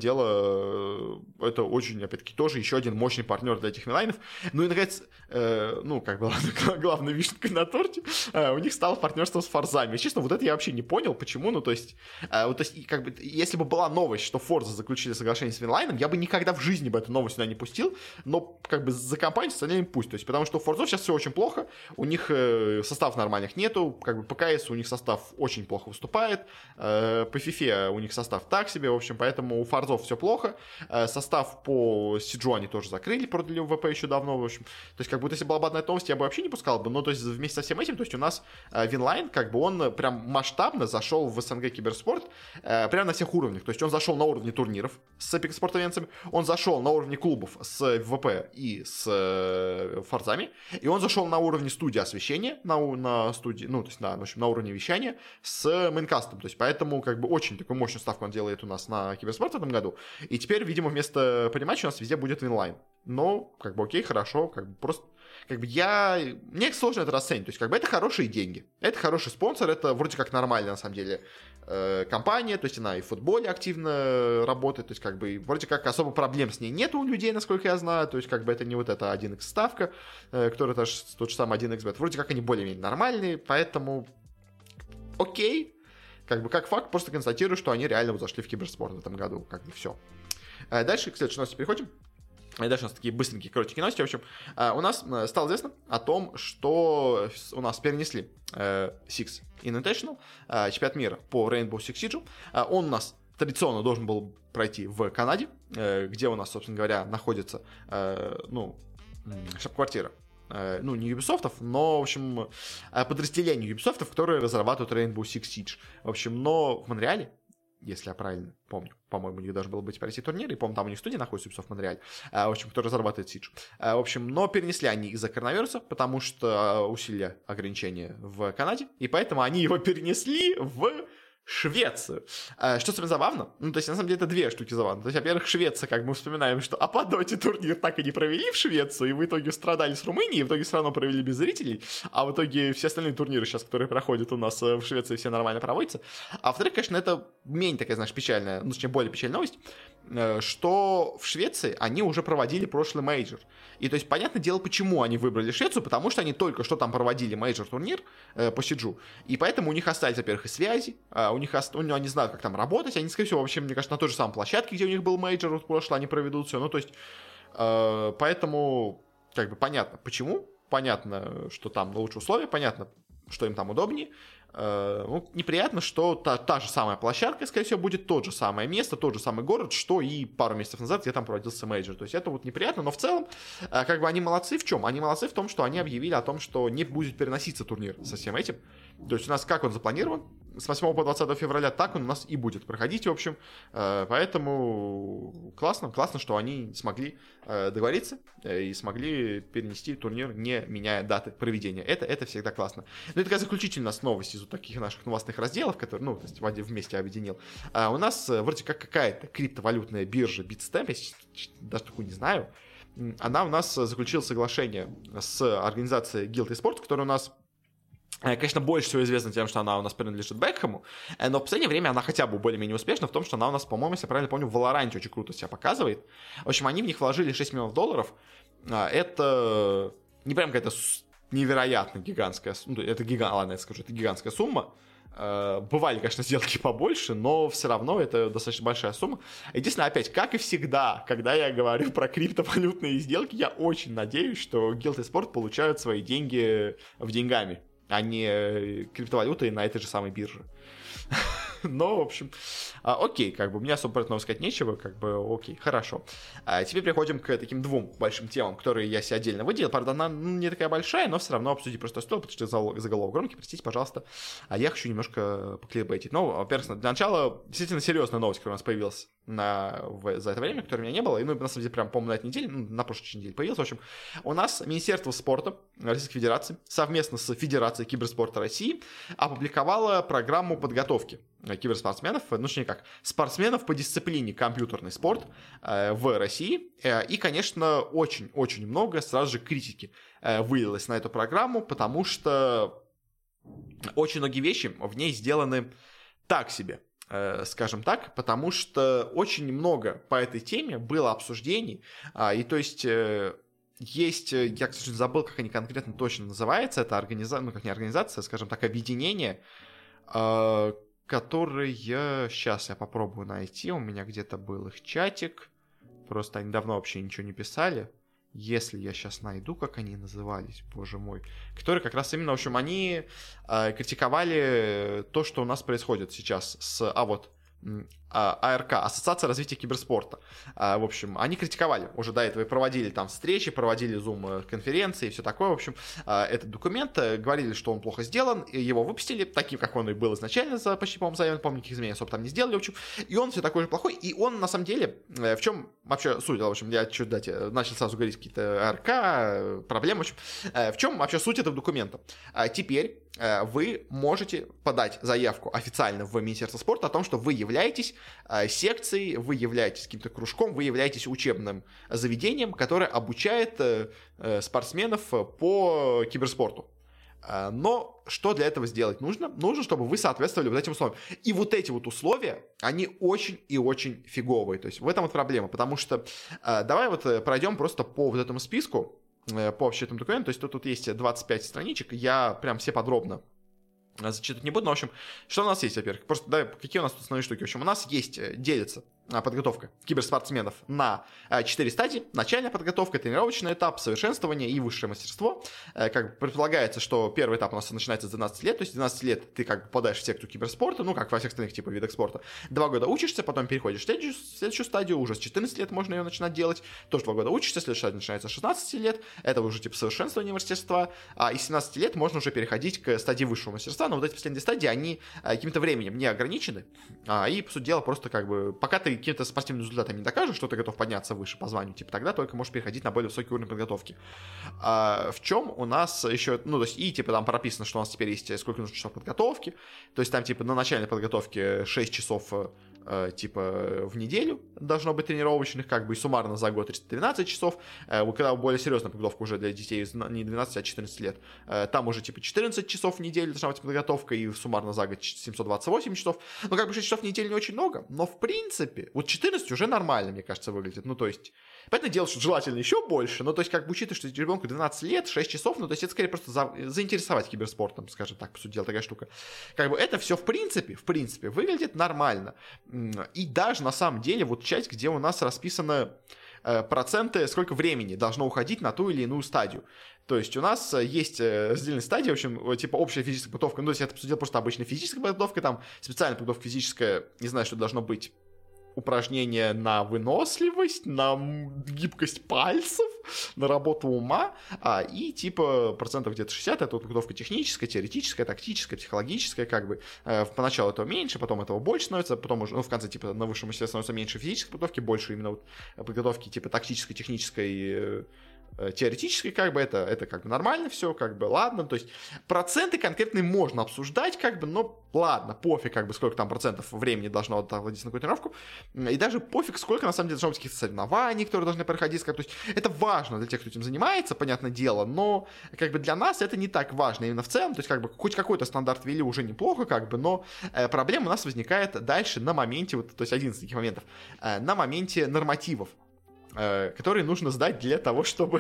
дело, это очень, опять-таки, тоже еще один мощный партнер для этих Винлайнов. Ну и, наконец, ну, как бы, главной вишенкой на торте, у них стало партнерство с Форзами. Честно, вот это я вообще не понял, почему, ну, то есть, вот, то есть, как бы, если бы была новость, что Форза заключили соглашение с Винлайном, я бы никогда в жизни бы эту новость сюда не пустил, но, как бы, за компанию с остальными пусть, то есть, потому что у Форзов сейчас все очень плохо, у них составов нормальных нету, как бы, по КС у них состав очень плохо выступает, по FIFA у них состав так себе, в общем, поэтому у Форзов все плохо, состав по Сиджу они тоже закрыли, продали в ВП еще давно, в общем, то есть, как будто, если была бы одна новость, я бы вообще не пускал бы, но, то есть, вместе со всем этим, то есть, у нас Винлайн, как бы, он прям масштабно зашел в СНГ киберспорт, прям на всех уровнях, то есть, он зашел на уровне турниров с Epic Sport Events, он зашел на уровне клубов с ВП и с Форзами, и он зашел на уровне студии освещения, на, на студии, ну, то есть, на, в общем, на уровне вещания с Мейнкастом, то есть, поэтому, как бы, очень такую мощную ставку он делает у нас на киберспорт в этом году, и теперь, видимо, вместо Париматча у нас везде будет Винлайн, но, как бы, окей, хорошо, как бы, просто, как бы, я, мне сложно это расценить, то есть, как бы, это хорошие деньги, это хороший спонсор, это вроде как нормально, на самом деле, э, компания, то есть, она и в футболе активно работает, то есть, как бы, вроде как особо проблем с ней нет у людей, насколько я знаю, то есть, как бы, это не вот эта один икс ставка, э, которая тоже тот же самый один икс бет, вроде как они более-менее нормальные, поэтому, окей, как бы, как факт, просто констатирую, что они реально вот зашли в киберспорт в этом году, как бы, все. Э, дальше к следующей новости переходим. И дальше у нас такие быстренькие, коротенькие новости. В общем, у нас стало известно о том, что у нас перенесли Six Invitational, чемпионат мира по Rainbow Six Siege. Он у нас традиционно должен был пройти в Канаде, где у нас, собственно говоря, находится, ну, штаб-квартира. Ну, не Ubisoft, но, в общем, подразделение Ubisoft, которые разрабатывают Rainbow Six Siege. В общем, но в Монреале. если я правильно помню. По-моему, у них должен был быть Париси турнир, и, по-моему, там у них студия находится, Ubisoft Montreal, в общем, кто разрабатывает Siege. В общем, но перенесли они из-за коронавируса, потому что усилили ограничения в Канаде, и поэтому они его перенесли в Швецию. Что самое забавно, ну, то есть, на самом деле, это две штуки забавно. То есть, во-первых, Швеция, как мы вспоминаем, что а по доте турнир так и не провели в Швецию, и в итоге страдали с Румынией, и в итоге все равно провели без зрителей, а в итоге все остальные турниры сейчас, которые проходят у нас в Швеции, все нормально проводятся. А во-вторых, конечно, это менее такая, знаешь, печальная, ну, точнее, более печальная новость, что в Швеции они уже проводили прошлый мейджор. И то есть, понятное дело, почему они выбрали Швецию, потому что они только что там проводили мейджор-турнир э, по Сиджу, и поэтому у них остались, во-первых, и связи, э, у них ост... они знают, как там работать, они, скорее всего, вообще, мне кажется, на той же самой площадке, где у них был мейджор вот прошлый, они проведут все, ну, то есть, э, поэтому, как бы, понятно, почему, понятно, что там лучше условия, понятно, что им там удобнее. Ну, неприятно, что та, та же самая площадка, скорее всего, будет тот же самое место, тот же самый город, что и пару месяцев назад, где там проводился мейджор. То есть это вот неприятно, но в целом, как бы они молодцы в чем? Они молодцы в том, что они объявили о том, что не будет переноситься турнир со всем этим. То есть у нас как он запланирован, с восьмого по двадцатое февраля, так он у нас и будет проходить, в общем. Поэтому классно, классно, что они смогли договориться и смогли перенести турнир, не меняя даты проведения. Это, это всегда классно. Ну и такая заключительная новость из вот таких наших новостных разделов, которые, ну, то есть вместе объединил. У нас вроде как какая-то криптовалютная биржа Bitstamp, я даже такую не знаю, она у нас заключила соглашение с организацией Guild Esports, которая у нас, конечно, больше всего известна тем, что она у нас принадлежит Бекхэму, но в последнее время она хотя бы более-менее успешна в том, что она у нас, по-моему, если я правильно помню, в Valorant очень круто себя показывает. В общем, они в них вложили шесть миллионов долларов. Это не прям какая-то невероятно гигантская, ну, это гигант, ладно, я скажу, это гигантская сумма. Бывали, конечно, сделки побольше, но все равно это достаточно большая сумма. Единственное, опять, как и всегда, когда я говорю про криптовалютные сделки, я очень надеюсь, что Guild Esports получают свои деньги в деньгами, а не криптовалютой на этой же самой бирже. Но, в общем, окей, как бы мне особо про это сказать нечего, как бы окей, хорошо. А теперь переходим к таким двум большим темам, которые я себе отдельно выделил. Правда, она ну, не такая большая, но все равно обсудить просто стоило, потому что заголовок громкий, простите, пожалуйста. А я хочу немножко покликбейтить. Ну, во-первых, для начала действительно серьезная новость, которая у нас появилась на, в, за это время, которой у меня не было. И, ну, на самом деле, прям, по-моему, на этой неделе, ну, на прошлой неделе появилась. В общем, у нас Министерство спорта Российской Федерации совместно с Федерацией киберспорта России опубликовало программу подготовки киберспортсменов, ну, точнее как, спортсменов по дисциплине компьютерный спорт э, в России. Э, и, конечно, очень-очень много сразу же критики э, вылилось на эту программу, потому что очень многие вещи в ней сделаны так себе, э, скажем так, потому что очень много по этой теме было обсуждений, э, и то есть... Э, Есть, я, к сожалению, забыл, как они конкретно точно называются, это организация, ну, как не организация, скажем так, объединение, э, которые, сейчас я попробую найти, у меня где-то был их чатик, просто они давно вообще ничего не писали, если я сейчас найду, как они назывались, боже мой, которые как раз именно, в общем, они э, критиковали то, что у нас происходит сейчас с, а вот, АРК, Ассоциация развития киберспорта. В общем, они критиковали уже до этого и проводили там встречи, проводили зум-конференции и все такое. В общем, этот документ, говорили, что он плохо сделан, его выпустили таким, как он и был изначально, за почти, по-моему, за помню, никаких изменений особо там не сделали, в общем, и он все такой же плохой, и он, на самом деле, в чем вообще суть, в общем, я чуть дать, начал сразу говорить какие-то АРК, проблемы, в общем, в чем вообще суть этого документа? Теперь вы можете подать заявку официально в Министерство спорта о том, что вы являетесь секцией, вы являетесь каким-то кружком, вы являетесь учебным заведением, которое обучает спортсменов по киберспорту. Но что для этого сделать нужно? Нужно, чтобы вы соответствовали вот этим условиям. И вот эти вот условия, они очень и очень фиговые. То есть в этом вот проблема, потому что давай вот пройдем просто по вот этому списку, по вообще этому документу. То есть тут, тут есть двадцать пять страничек, я прям все подробно зачитывать не буду, но, в общем, что у нас есть, во-первых? Просто, да, какие у нас тут основные штуки? В общем, у нас есть, делится подготовка киберспортсменов на четыре стадии. Начальная подготовка, тренировочный этап, совершенствование и высшее мастерство. Как бы предполагается, что первый этап у нас начинается с двенадцати лет, то есть двенадцать лет ты как бы попадаешь в секту киберспорта, ну, как во всех остальных типа видах спорта. Два года учишься, потом переходишь в следующую, следующую стадию, уже с четырнадцати лет можно ее начинать делать. Тоже два года учишься, следующая стадия начинается с шестнадцати лет, это уже типа совершенствование мастерства, а из семнадцати лет можно уже переходить к стадии высшего мастерства, но вот эти последние стадии, они каким-то временем не ограничены, а, и, по сути дела, просто как бы, пока ты каким-то спортивным результатом не докажешь, что ты готов подняться выше по званию, типа, тогда только можешь переходить на более высокий уровень подготовки. А в чем у нас еще, ну, то есть, и, типа, там прописано, что у нас теперь есть сколько нужно часов подготовки, то есть, там, типа, на начальной подготовке шесть часов, э, типа, в неделю должно быть тренировочных, как бы, и суммарно за год триста двенадцать часов, э, когда более серьезная подготовка уже для детей не двенадцать, а четырнадцать лет, э, там уже, типа, четырнадцать часов в неделю должна быть подготовка, и суммарно за год семьсот двадцать восемь часов, ну, как бы, шесть часов в неделю не очень много, но, в принципе, вот четырнадцать уже нормально, мне кажется, выглядит. Ну, то есть, понятное дело, что желательно еще больше, но, то есть, как бы, учитывая, что ребенку двенадцать лет, шесть часов, ну, то есть, это скорее просто за... заинтересовать киберспортом, скажем так, по сути дела, такая штука. Как бы, это все, в принципе, в принципе, выглядит нормально. И даже, на самом деле, вот часть, где у нас расписаны э, проценты, сколько времени должно уходить на ту или иную стадию. То есть у нас есть разделенные стадии, в общем, типа общая физическая подготовка, ну, то есть это, по сути дела, просто обычная физическая подготовка, там специальная подготовка физическая, не знаю, что должно быть, упражнения на выносливость, на гибкость пальцев, на работу ума, а, и типа процентов где-то шестьдесят это подготовка техническая, теоретическая, тактическая, психологическая, как бы. Э, поначалу этого меньше, потом этого больше становится, потом уже, ну, в конце, типа, на высшем мастерстве становится меньше физической подготовки, больше именно вот подготовки, типа, тактической, технической, теоретически, как бы, это, это как бы нормально все, как бы, ладно, то есть проценты конкретные можно обсуждать, как бы, но ладно, пофиг, как бы, сколько там процентов времени должно отводиться на какую-то тренировку, и даже пофиг, сколько, на самом деле, должно быть каких-то соревнований, которые должны проходить, как, то есть это важно для тех, кто этим занимается, понятное дело, но, как бы, для нас это не так важно именно в целом, то есть, как бы, хоть какой-то стандарт ввели уже неплохо, как бы, но э, проблема у нас возникает дальше на моменте, вот, то есть один из таких моментов, э, на моменте нормативов, которые нужно сдать для того, чтобы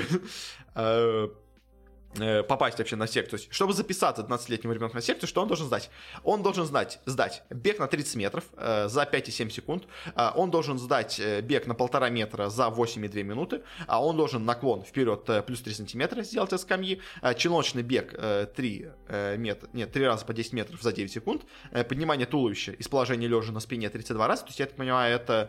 э, э, попасть вообще на секту. То есть, чтобы записаться двенадцатилетнему ребенку на секту, что он должен сдать? Он должен знать, сдать бег на тридцать метров э, за пять и семь секунд, э, он должен сдать бег на полтора метра за восемь и две минуты, а он должен наклон вперед э, плюс три сантиметра сделать от скамьи, э, челночный бег э, три э, метра, нет, три раза по десять метров за девять секунд, э, поднимание туловища из положения лежа на спине тридцать два раза, то есть, я так понимаю, это...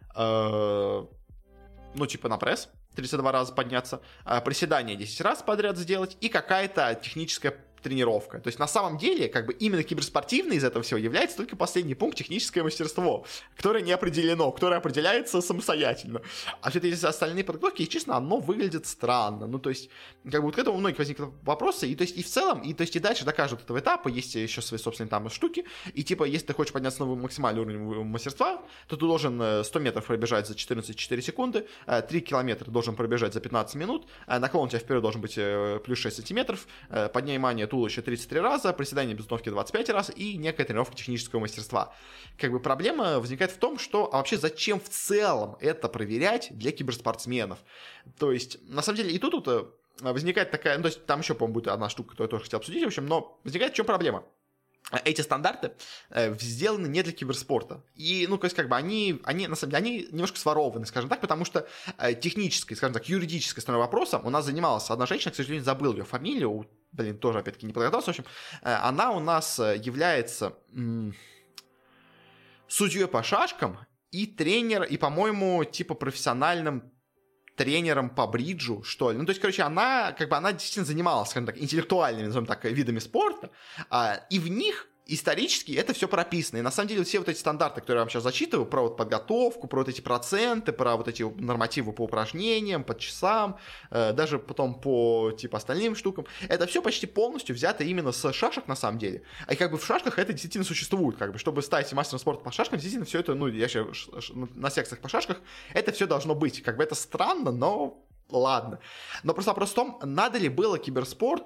Э, ну, типа на пресс тридцать два раза подняться, приседания десять раз подряд сделать и какая-то техническая тренировка. То есть, на самом деле, как бы именно киберспортивный из этого всего является только последний пункт — техническое мастерство, которое не определено, которое определяется самостоятельно. А все эти остальные подготовки, и, честно, оно выглядит странно. Ну, то есть, как бы вот к этому у многих возникли вопросы, и, то есть, и в целом, и, то есть, и дальше до каждого этого этапа есть еще свои собственные там штуки, и, типа, если ты хочешь подняться на максимальный уровень мастерства, то ты должен сто метров пробежать за четырнадцать целых четыре секунды, три километра должен пробежать за пятнадцать минут, наклон у тебя вперед должен быть плюс шесть сантиметров, поднимание туловища тридцать три раза, приседание без установки двадцать пять раз и некая тренировка технического мастерства. Как бы проблема возникает в том, что а вообще зачем в целом это проверять для киберспортсменов? То есть, на самом деле, и тут, тут возникает такая, ну, то есть там еще, по-моему, будет одна штука, которую я тоже хотел обсудить, в общем, но возникает в чем проблема? Эти стандарты э, сделаны не для киберспорта. И, ну, то есть, как бы, они, они, на самом деле, они немножко сворованы, скажем так, потому что э, технической, скажем так, юридической стороной вопроса у нас занималась одна женщина, к сожалению, забыл ее фамилию, блин, тоже, опять-таки, не подготовился, в общем, э, она у нас является м- судьей по шашкам и тренер, и, по-моему, типа профессиональным тренером по бриджу, что ли. Ну, то есть, короче, она, как бы, она действительно занималась, скажем так, интеллектуальными, назовем так, видами спорта, а, и в них исторически это все прописано. И на самом деле все вот эти стандарты, которые я вам сейчас зачитываю, про вот подготовку, про вот эти проценты, про вот эти нормативы по упражнениям, по часам, э, даже потом по типа остальным штукам, это все почти полностью взято именно с шашек на самом деле. И как бы в шашках это действительно существует. Как бы, чтобы стать мастером спорта по шашкам, действительно все это, ну, я сейчас на секциях по шашках, это все должно быть. Как бы это странно, но ладно. Но просто вопрос в том, надо ли было киберспорту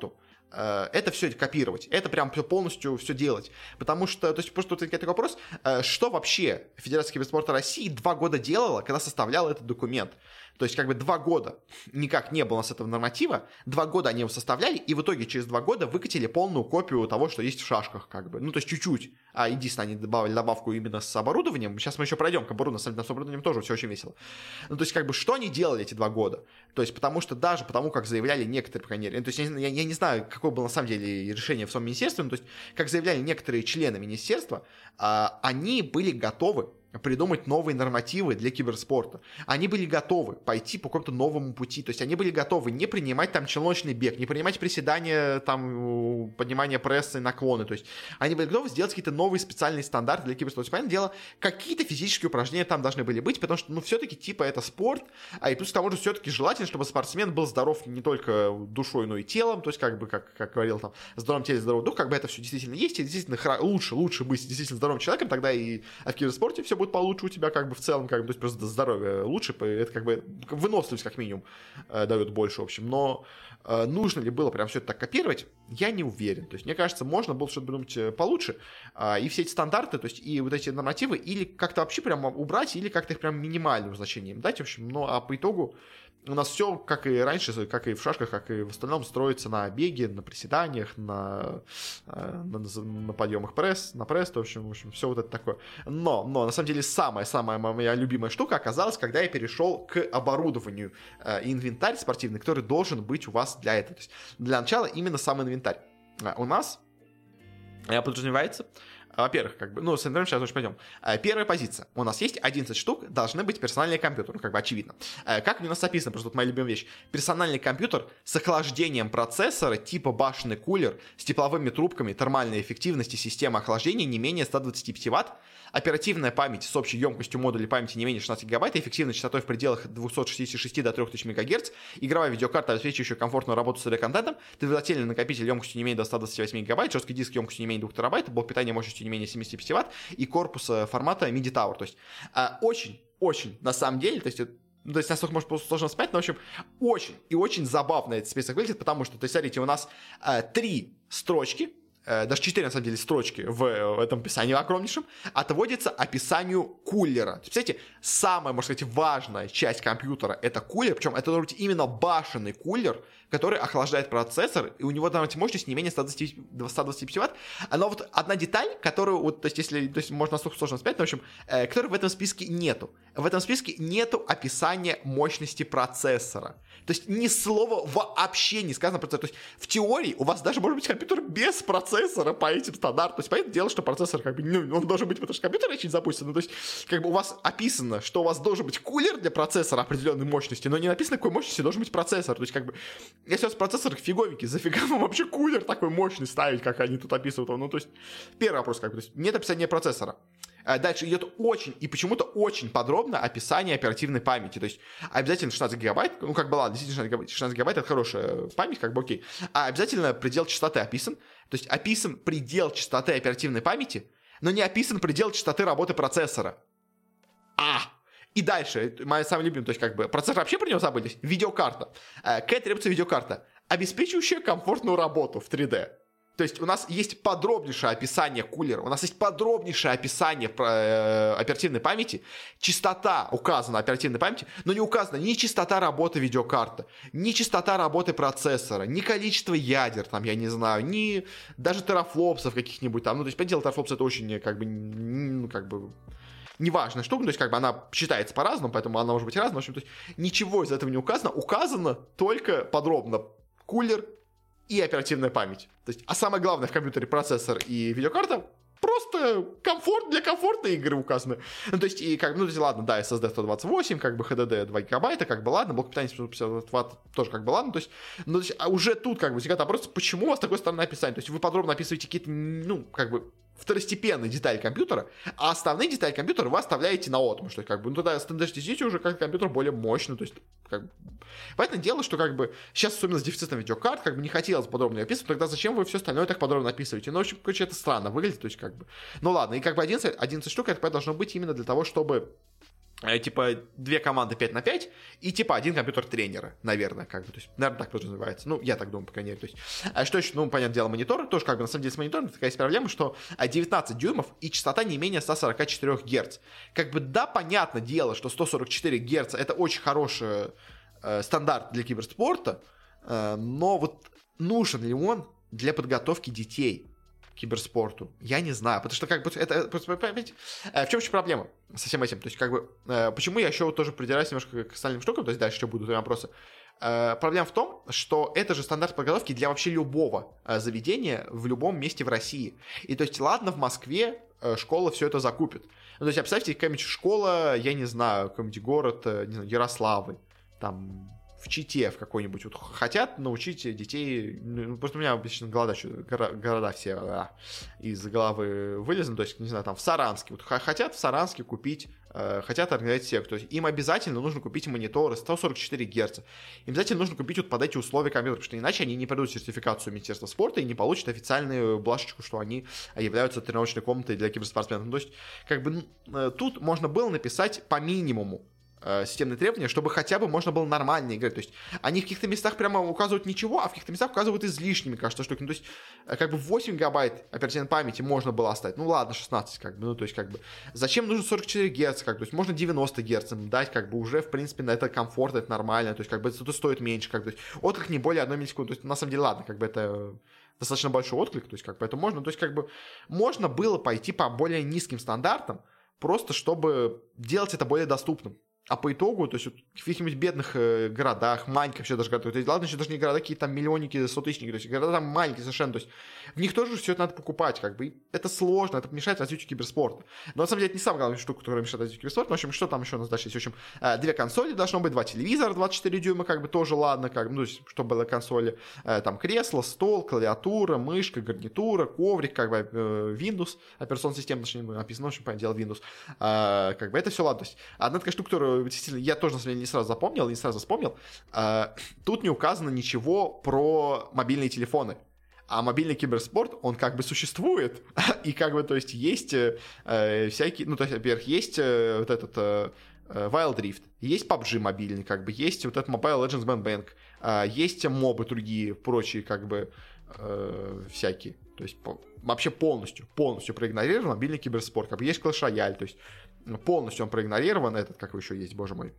это все копировать, это прям полностью все делать. Потому что, то есть, просто тут такой вопрос, что вообще Федерация киберспорта России два года делала, когда составляла этот документ? То есть, как бы два года никак не было у нас этого норматива, два года они его составляли, и в итоге через два года выкатили полную копию того, что есть в шашках, как бы. Ну, то есть, чуть-чуть. А единственное, они добавили добавку именно с оборудованием. Сейчас мы еще пройдем к оборудованию, на самом деле, с оборудованием тоже все очень весело. Ну, то есть, как бы, что они делали эти два года? То есть, потому что даже потому, как заявляли некоторые, по крайней мере, то есть, я, я, я не знаю, какое было на самом деле решение в самом министерстве, но, то есть, как заявляли некоторые члены министерства, а, они были готовы придумать новые нормативы для киберспорта. Они были готовы пойти по какому-то новому пути. То есть они были готовы не принимать там челночный бег, не принимать приседания, там, поднимание пресса и наклоны. То есть они были готовы сделать какие-то новые специальные стандарты для киберспорта. То есть, понятное дело, какие-то физические упражнения там должны были быть, потому что, ну, все-таки, типа, это спорт, а и плюс к тому же все-таки желательно, чтобы спортсмен был здоров не только душой, но и телом. То есть, как бы, как, как говорил там, в здоровом теле здоровый дух, как бы это все действительно есть, и действительно лучше, лучше быть действительно здоровым человеком, тогда и в киберспорте все будет получше у тебя, как бы, в целом, как бы, то есть просто здоровье лучше, это как бы выносливость, как минимум, э, дает больше, в общем, но э, нужно ли было прям все это так копировать, я не уверен, то есть, мне кажется, можно было что-то придумать получше, э, и все эти стандарты, то есть, и вот эти нормативы, или как-то вообще прям убрать, или как-то их прям минимальным значением дать, в общем, ну, а по итогу у нас все, как и раньше, как и в шашках, как и в остальном, строится на беге, на приседаниях, на, на, на подъемах пресс, на пресс, в общем, в общем, все вот это такое. Но, но, на самом деле, самая-самая моя любимая штука оказалась, когда я перешел к оборудованию. Э, инвентарь спортивный, который должен быть у вас для этого. То есть, для начала именно сам инвентарь. Э, у нас э, подразумевается... Во-первых, как бы, ну, с интернетом сейчас уже пойдем. Первая позиция. У нас есть одиннадцать штук, должны быть персональные компьютеры, ну, как бы очевидно. Как у нас написано, просто вот моя любимая вещь. Персональный компьютер с охлаждением процессора типа башенный кулер с тепловыми трубками термальной эффективности системы охлаждения не менее ста двадцати пяти ватт, оперативная память с общей емкостью модуля памяти не менее шестнадцати гигабайт, эффективной частотой в пределах двухсот шестидесяти шести до трёх тысяч мегагерц, игровая видеокарта, обеспечивающая комфортную работу с контентом, двигательный накопитель емкостью не менее до ста двадцати восьми гигабайт, жесткий диск емкостью не менее двух терабайт, блок питания мощностью не менее семидесяти пяти ватт и корпус формата миди Tower. То есть очень-очень, на самом деле, то есть то есть, насколько, может, сложно вспомнить, но, в общем, очень и очень забавно этот список выглядит, потому что, то есть, смотрите, у нас э, три строчки, э, даже четыре, на самом деле, строчки в, в этом описании огромнейшем, отводится описанию кулера. То есть, представляете, самая, можно сказать, важная часть компьютера — это кулер, причем это должен быть именно башенный кулер, который охлаждает процессор, и у него должна быть мощность не менее ста двадцати пяти ватт. Но вот одна деталь, которую, вот, то есть, если, то есть, можно настолько сложно вспомнить, но, в общем, э, которой в этом списке нету. В этом списке нету описания мощности процессора. То есть, ни слова вообще не сказано про процессор. То есть, в теории у вас даже может быть компьютер без процессора по этим стандартам. То есть, понятное дело, что процессор, как бы, ну, он должен быть, потому что компьютер очень запустен. Ну, то есть, как бы, у вас описано, что у вас должен быть кулер для процессора определенной мощности, но не написано, какой мощности должен быть процессор. То есть, как бы, если у вас процессор фиговенький, зафига вам вообще кулер такой мощный ставить, как они тут описывают? Ну, то есть, первый вопрос, как бы, то есть, нет описания процессора. Дальше идет очень и почему-то очень подробно описание оперативной памяти. То есть обязательно шестнадцать гигабайт, ну как бы ладно, действительно шестнадцать гигабайт это хорошая память, как бы окей. А обязательно предел частоты описан. То есть описан предел частоты оперативной памяти, но не описан предел частоты работы процессора. А! И дальше, моя самая любимая, то есть как бы процессор вообще про него забылись. Видеокарта. Какая требуется видеокарта? Обеспечивающая комфортную работу в три дэ. То есть у нас есть подробнейшее описание кулера, у нас есть подробнейшее описание э, оперативной памяти, частота указана оперативной памяти, но не указана ни частота работы видеокарты, ни частота работы процессора, ни количество ядер, там, я не знаю, ни даже терафлопсов каких-нибудь там. Ну, то есть, понятное дело, терафлопс это очень, как бы, ну, как бы... неважная штука, то есть как бы она считается по-разному, поэтому она может быть разная. В общем, то есть ничего из этого не указано, указано только подробно кулер и оперативная память. То есть, а самое главное в компьютере процессор и видеокарта просто комфорт для комфортной игры указаны. Ну, то есть, и как, ну, то есть, ладно, да, эс эс ди сто двадцать восемь, как бы эйч ди ди два гигабайта, как бы ладно, блок питания семьсот пятьдесят ватт тоже как бы ладно, то есть, ну, то есть, а уже тут как бы возникает вопрос, почему у вас такое странное описание? То есть, вы подробно описываете какие-то, ну, как бы, второстепенные детали компьютера, а основные детали компьютера вы оставляете на отмышь. То есть, как бы, ну, тогда стандартизируйте уже как компьютер более мощный. То есть, как бы... Понятное дело, что, как бы, сейчас, особенно с дефицитом видеокарт, как бы, не хотелось подробно описывать, тогда зачем вы все остальное так подробно описываете? Ну, в общем, короче, это странно выглядит, то есть, как бы... Ну, ладно, и, как бы, одиннадцать, одиннадцать штук, это должно быть именно для того, чтобы типа, две команды пять на пять, и, типа, один компьютер тренера, наверное, как бы, то есть, наверное, так тоже называется, ну, я так думаю, по крайней мере, то есть, а что еще, ну, понятное дело, монитор, тоже, как бы, на самом деле, с монитором такая есть проблема, что девятнадцать дюймов и частота не менее сто сорок четыре Гц, как бы, да, понятное дело, что сто сорок четыре Гц это очень хороший э, стандарт для киберспорта, э, но вот нужен ли он для подготовки детей киберспорту? Я не знаю, потому что как бы это, понимаете, в чем еще проблема со всем этим? То есть как бы почему я еще тоже придираюсь немножко к остальным штукам, то есть дальше еще будут вопросы. Проблема в том, что это же стандарт подготовки для вообще любого заведения в любом месте в России. И то есть ладно, в Москве школа все это закупит. Ну, то есть представьте, какая-нибудь школа, я не знаю, какой-нибудь город, не знаю, Ярославль, там в Чите в какой-нибудь, вот хотят научить детей, ну, просто у меня обычно города, города все а, из головы вылезаны, то есть, не знаю, там в Саранске, вот хотят в Саранске купить, э, хотят организовать секцию, то есть им обязательно нужно купить мониторы сто сорок четыре Гц, им обязательно нужно купить вот под эти условия компьютер, потому что иначе они не пройдут сертификацию Министерства спорта и не получат официальную блашечку, что они являются тренировочной комнатой для киберспортсменов. Ну, то есть, как бы, тут можно было написать по минимуму системные требования, чтобы хотя бы можно было нормально играть. То есть они в каких-то местах прямо указывают ничего, а в каких-то местах указывают излишними, кажется, штуки. Ну, то есть как бы восемь гигабайт оперативной памяти можно было оставить. Ну ладно, шестнадцать как бы. Ну то есть как бы зачем нужно сорок четыре Гц, как бы. То есть можно девяносто Гц дать, как бы уже в принципе на это комфортно, это нормально. То есть как бы это стоит меньше, как бы. То есть отклик не более одной миллисекунды. То есть на самом деле ладно, как бы это достаточно большой отклик, то есть как бы это можно. То есть как бы можно было пойти по более низким стандартам, просто чтобы делать это более доступным. А по итогу, то есть вот, в каких-нибудь бедных э, городах, маленьких вообще даже городах, то есть, ладно, еще даже не города, какие-то там миллионники, сотысячники, то есть города там маленькие совершенно, то есть в них тоже все это надо покупать, как бы, и это сложно, это мешает развитию киберспорта. Но на самом деле это не самая главная штука, которая мешает развитию киберспорта, в общем, что там еще у нас дальше есть, в общем, э, две консоли должно быть, два телевизора двадцать четыре дюйма, как бы, тоже ладно, как бы, ну, то есть, чтобы было консоли, э, там, кресло, стол, клавиатура, мышка, гарнитура, коврик, как бы, э, Windows, операционная система, точнее, написано, в общем, понятное дело, Windows, э, как бы, это все ладно, то есть, одна такая штука, которую, действительно, я тоже на самом деле не сразу запомнил, не сразу вспомнил. Тут не указано ничего про мобильные телефоны. А мобильный киберспорт, он как бы существует. И как бы, то есть, есть э, всякие... Ну, то есть, во-первых, есть э, вот этот э, Wild Rift, есть пабг мобильный, как бы, есть вот этот Mobile Legends Man Bank, э, есть мобы другие, прочие, как бы, э, всякие. То есть, по, вообще полностью, полностью проигнорирован мобильный киберспорт. Как бы, есть Clash Royale, то есть, полностью он проигнорирован. Этот, как еще есть, боже мой.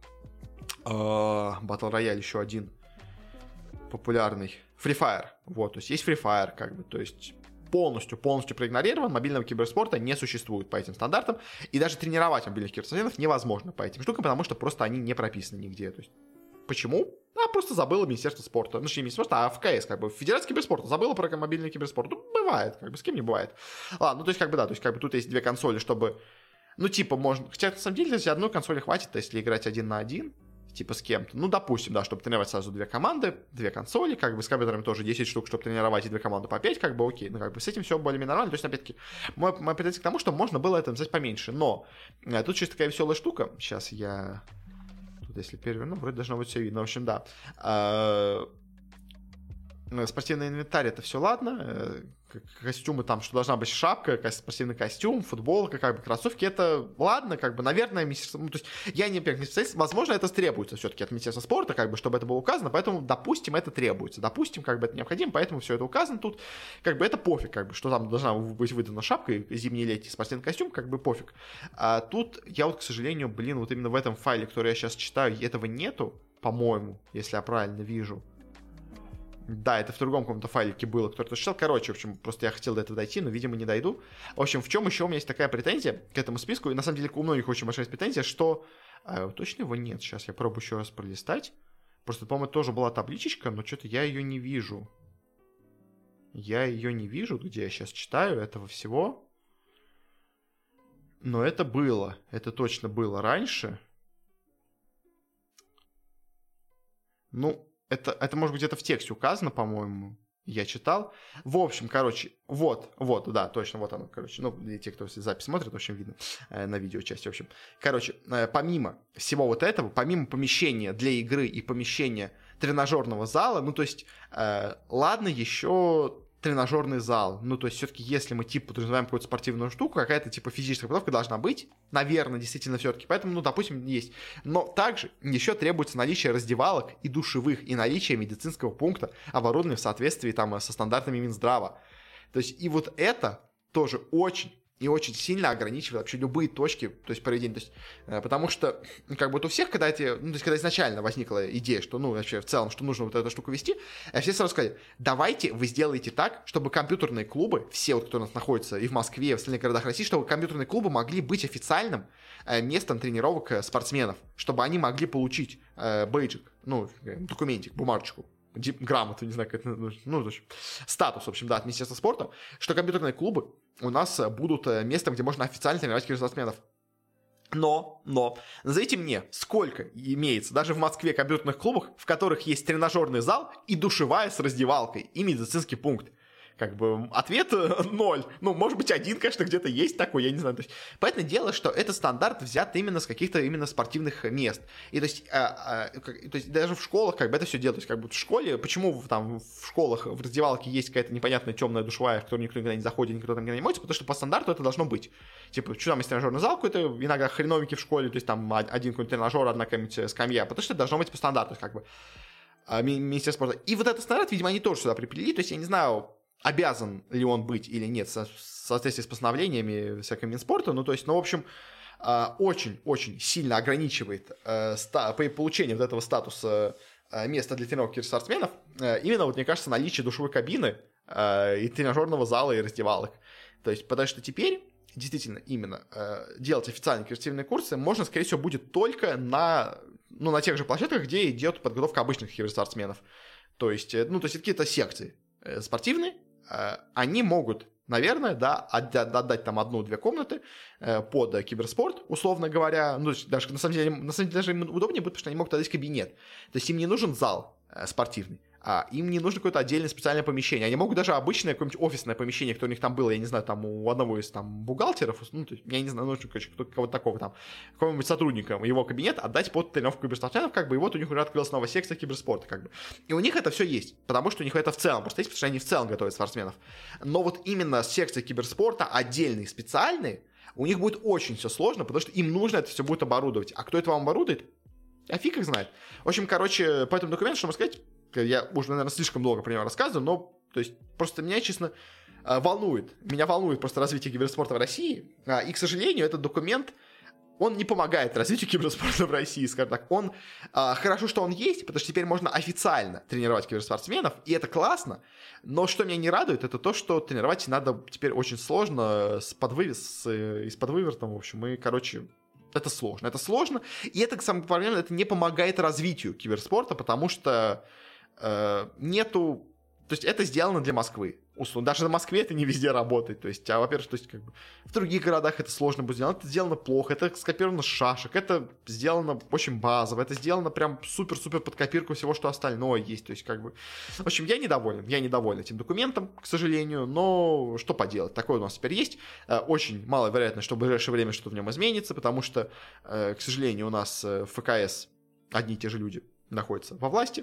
Battle Royale еще один популярный. Free Fire. Вот, то есть есть Free Fire, как бы, то есть полностью, полностью проигнорирован. Мобильного киберспорта не существует по этим стандартам. И даже тренировать мобильных киберспортсменов невозможно по этим штукам, потому что просто они не прописаны нигде. То есть, почему? А просто забыло Министерство спорта. Ну, не Министерство спорта, а ФКС, как бы, Федерация киберспорта забыла про мобильный киберспорт. Ну, бывает, как бы, с кем не бывает. Ладно, ну, то есть, как бы, да, то есть, как бы, тут есть две консоли, чтобы... Ну, типа, можно... Хотя, на самом деле, если одной консоли хватит, если играть один на один, типа, с кем-то. Ну, допустим, да, чтобы тренировать сразу две команды, две консоли, как бы, с компьютерами тоже десять штук, чтобы тренировать, и две команды по пять, как бы, окей. Ну, как бы, с этим все более-менее нормально. То есть, опять-таки, моя, моя претензия к тому, что можно было это взять поменьше. Но э, тут сейчас такая веселая штука. Сейчас я... Тут, если переверну, вроде должно быть все видно. В общем, да. Э, спортивный инвентарь, это все ладно. Костюмы там, что должна быть шапка, спортивный костюм, футболка, как бы кроссовки, это ладно, как бы, наверное, министерство, ну, то есть я не первый специалист, возможно, это требуется все-таки от Министерства спорта, как бы, чтобы это было указано, поэтому, допустим, это требуется, допустим, как бы это необходимо, поэтому все это указано тут, как бы это пофиг, как бы, что там должна быть выдана шапка и зимний летний спортивный костюм, как бы пофиг. А тут я вот, к сожалению, блин, вот именно в этом файле, который я сейчас читаю, этого нету, по-моему, если я правильно вижу. Да, это в другом каком-то файлике было, кто-то читал. Короче, в общем, просто я хотел до этого дойти, но, видимо, не дойду. В общем, в чем еще у меня есть такая претензия к этому списку, и на самом деле у многих очень большая претензия, что... А, точно его нет, сейчас я пробую еще раз пролистать. Просто, по-моему, тоже была табличечка, но что-то я ее не вижу. Я ее не вижу, где я сейчас читаю этого всего. Но это было, это точно было раньше. Ну... Это, это может быть где-то в тексте указано, по-моему, я читал. В общем, короче, вот, вот, да, точно, вот оно, короче. Ну, для тех, кто запись смотрит, в общем, видно э, на видеочасти, в общем. Короче, э, помимо всего вот этого, помимо помещения для игры и помещения тренажерного зала, ну, то есть, э, ладно, еще тренажерный зал. Ну, то есть, все-таки, если мы, типа, подразумеваем какую-то спортивную штуку, какая-то, типа, физическая подготовка должна быть. Наверное, действительно, все-таки. Поэтому, ну, допустим, есть. Но также еще требуется наличие раздевалок и душевых, и наличие медицинского пункта, оборудования в соответствии, там, со стандартами Минздрава. То есть, и вот это тоже очень и очень сильно ограничивает вообще любые точки, то есть проведения, то есть, э, потому что, ну, как бы вот у всех, когда эти, ну, то есть, когда изначально возникла идея, что, ну, вообще, в целом, что нужно вот эту штуку вести, э, все сразу сказали, давайте вы сделаете так, чтобы компьютерные клубы, все вот, которые у нас находятся и в Москве, и в остальных городах России, чтобы компьютерные клубы могли быть официальным э, местом тренировок э, спортсменов, чтобы они могли получить э, бейджик, ну, э, документик, бумажечку, грамоту, не знаю, как это, ну, в общем, статус, в общем, да, от Министерства спорта, что компьютерные клубы у нас будут местом, где можно официально тренировать спортсменов. Но, но, назовите мне, сколько имеется даже в Москве компьютерных клубах, в которых есть тренажерный зал и душевая с раздевалкой, и медицинский пункт. Как бы ответ ноль. Ну, может быть, один, конечно, где-то есть такой, я не знаю. То есть, понятное дело, что этот стандарт взят именно с каких-то именно спортивных мест. И то есть, а, а, как, то есть даже в школах как бы это все делают. То есть, как бы в школе, почему там в школах в раздевалке есть какая-то непонятная темная душевая, в которую никто никогда не заходит, никто там никогда не моется, потому что по стандарту это должно быть. Типа, что там есть тренажерный зал какой-то, иногда хреновенький в школе, то есть там один какой-нибудь тренажер, одна какая-нибудь скамья, потому что это должно быть по стандарту, как бы, Министерство спорта. И вот этот стандарт, видимо, они тоже сюда припилили, то есть я не знаю, обязан ли он быть или нет в соответствии с постановлениями всякого Минспорта, ну, то есть, ну, в общем, очень-очень сильно ограничивает получение вот этого статуса места для тренировки спортсменов именно, вот, мне кажется, наличие душевой кабины и тренажерного зала и раздевалок. То есть, потому что теперь действительно именно делать официальные киберспортивные курсы можно, скорее всего, будет только на, ну, на тех же площадках, где идет подготовка обычных киберспортсменов. То есть, ну, то есть, это какие-то секции спортивные, они могут, наверное, да, отдать там одну-две комнаты под киберспорт, условно говоря. Ну, даже, на самом деле, на самом деле, даже им удобнее будет, потому что они могут отдать кабинет. То есть им не нужен зал спортивный, а им не нужно какое-то отдельное специальное помещение. Они могут даже обычное какое-нибудь офисное помещение, которое у них там было, я не знаю, там у одного из там бухгалтеров, ну, то есть, я не знаю, нужно, короче, кого-то такого там, какого-нибудь сотрудника, его кабинет отдать под тренировку киберспортсменов, как бы, и вот у них уже открылась новая секция киберспорта, как бы. И у них это все есть, потому что у них это в целом просто есть, потому что они в целом готовят спортсменов. Но вот именно секция киберспорта, отдельные, специальные, у них будет очень все сложно, потому что им нужно это все будет оборудовать. А кто это вам оборудует? А фиг их знает. В общем, короче, по этому документу, что можно сказать, я уже, наверное, слишком долго про него рассказываю, но, то есть, просто меня, честно, волнует, меня волнует просто развитие киберспорта в России, и, к сожалению, этот документ, он не помогает развитию киберспорта в России, скажем так. Он, хорошо, что он есть, потому что теперь можно официально тренировать киберспортсменов, и это классно, но что меня не радует, это то, что тренировать надо теперь очень сложно, с подвывес, с, с подвывертом, в общем, и, короче... Это сложно, это сложно, и это, самое главное, это не помогает развитию киберспорта, потому что э, нету, то есть это сделано для Москвы, условно, даже на Москве это не везде работает, то есть, а, во-первых, то есть, как бы, в других городах это сложно будет сделано, это сделано плохо, это скопировано с шашек, это сделано очень базово, это сделано прям супер-супер под копирку всего, что остальное есть, то есть, как бы, в общем, я недоволен, я недоволен этим документом, к сожалению, но что поделать, такое у нас теперь есть, очень маловероятно, что в ближайшее время что-то в нем изменится, потому что, к сожалению, у нас в ФКС одни и те же люди находятся во власти.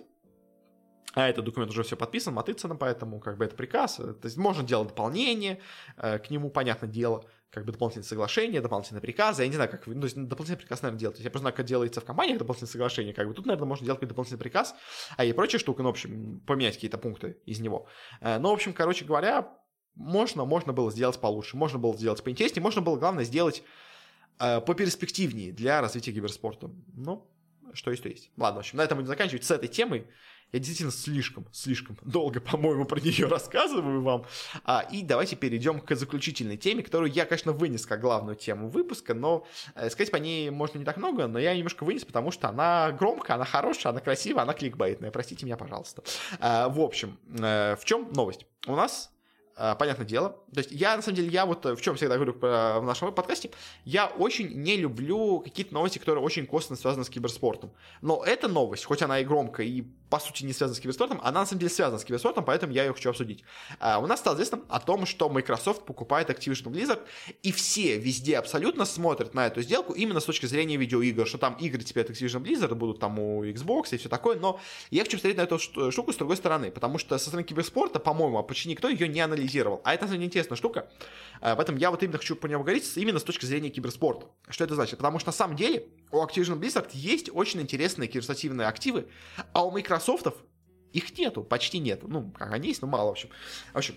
А этот документ уже все подписан Матыцыным, поэтому как бы это приказ. То есть можно делать дополнение э, к нему, понятное дело, как бы дополнительные соглашения, дополнительные приказы. Я не знаю, как... Ну, то есть дополнительный приказ, наверное, делать. Я просто знаю, как делается в компаниях дополнительные соглашения. Как бы тут, наверное, можно делать какой-то дополнительный приказ, а и прочая штука, ну, в общем, поменять какие-то пункты из него. Э, но, в общем, короче говоря, можно, можно было сделать получше, можно было сделать поинтереснее, можно было, главное, сделать э, поперспективнее для развития киберспорта. Ну, что есть, то есть. Ладно, в общем, на этом будем заканчивать с этой темой. Я действительно слишком, слишком долго, по-моему, про нее рассказываю вам. А, и давайте перейдем к заключительной теме, которую я, конечно, вынес как главную тему выпуска, но э, сказать по ней можно не так много, но я немножко вынес, потому что она громкая, она хорошая, она красивая, она кликбейтная. Простите меня, пожалуйста. А, в общем, э, в чем новость? У нас... Понятное дело. То есть я, на самом деле, я вот в чем всегда говорю в нашем подкасте, я очень не люблю какие-то новости, которые очень косвенно связаны с киберспортом. Но эта новость, хоть она и громкая, и по сути, не связана с киберспортом, она на самом деле связана с киберспортом, поэтому я ее хочу обсудить. А, у нас стало известно о том, что Microsoft покупает Activision Blizzard, и все везде абсолютно смотрят на эту сделку именно с точки зрения видеоигр, что там игры теперь от Activision Blizzard будут там у Xbox и все такое, но я хочу посмотреть на эту штуку с другой стороны, потому что со стороны киберспорта, по-моему, почти никто ее не анализировал, а это, на самом деле, интересная штука, поэтому я вот именно хочу по нему говорить именно с точки зрения киберспорта. Что это значит? Потому что на самом деле у Activision Blizzard есть очень интересные киберспортивные активы, а у Microsoft их нету, почти нету. Ну, как они есть, но мало, в общем. В общем,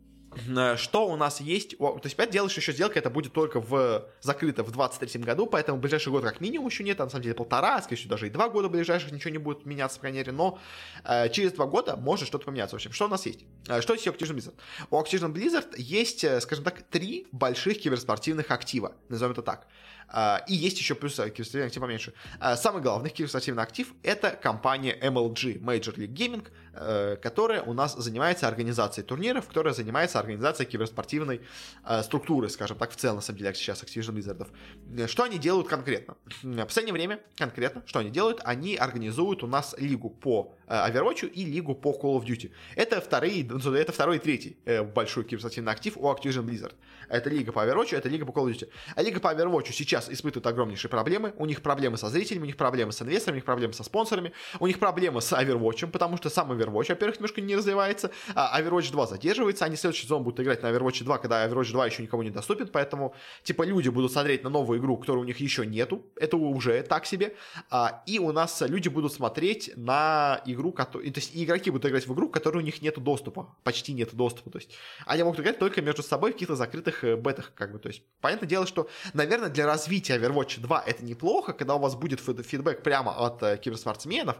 что у нас есть? То есть, опять делаешь еще сделка, это будет только в закрыто в двадцать третьем году, поэтому в ближайший год как минимум еще нет, а на самом деле полтора, скорее всего, даже и два года ближайших ничего не будет меняться, по крайней мере, но э, через два года может что-то поменяться. В общем, что у нас есть? Э, что есть у Activision Blizzard? У Activision Blizzard есть, э, скажем так, три больших киберспортивных актива, назовем это так. Uh, и есть еще плюс киберспортивный актив поменьше. Uh, самый главный киберспортивный актив — это компания эм эл джи, Major League Gaming, uh, которая у нас занимается организацией турниров, которая занимается организацией киберспортивной uh, структуры, скажем так, в целом, на самом деле, сейчас Activision Blizzard. Что они делают конкретно? В последнее время конкретно, что они делают? Они организуют у нас лигу по uh, Overwatch и лигу по Call of Duty. Это вторые, это второй и третий uh, большой киберспортивный актив у Activision Blizzard. Это лига по Overwatch, это лига по Call of Duty. А лига по Overwatch сейчас испытывают огромнейшие проблемы. У них проблемы со зрителями, у них проблемы с инвесторами, у них проблемы со спонсорами, у них проблемы с Overwatch, потому что сам Overwatch, во-первых, немножко не развивается, а Overwatch два задерживается. Они следующий сезон будут играть на Overwatch два, когда Overwatch два еще никому не доступен, поэтому, типа, люди будут смотреть на новую игру, которой у них еще нету. Это уже так себе. А, и у нас люди будут смотреть на игру, которую... То есть игроки будут играть в игру, в которой у них нету доступа. Почти нету доступа. То есть они могут играть только между собой в каких-то закрытых бетах, как бы. То есть, понятное дело, что, наверное, для развития Overwatch два это неплохо, когда у вас будет фидбэк прямо от э, киберспортсменов,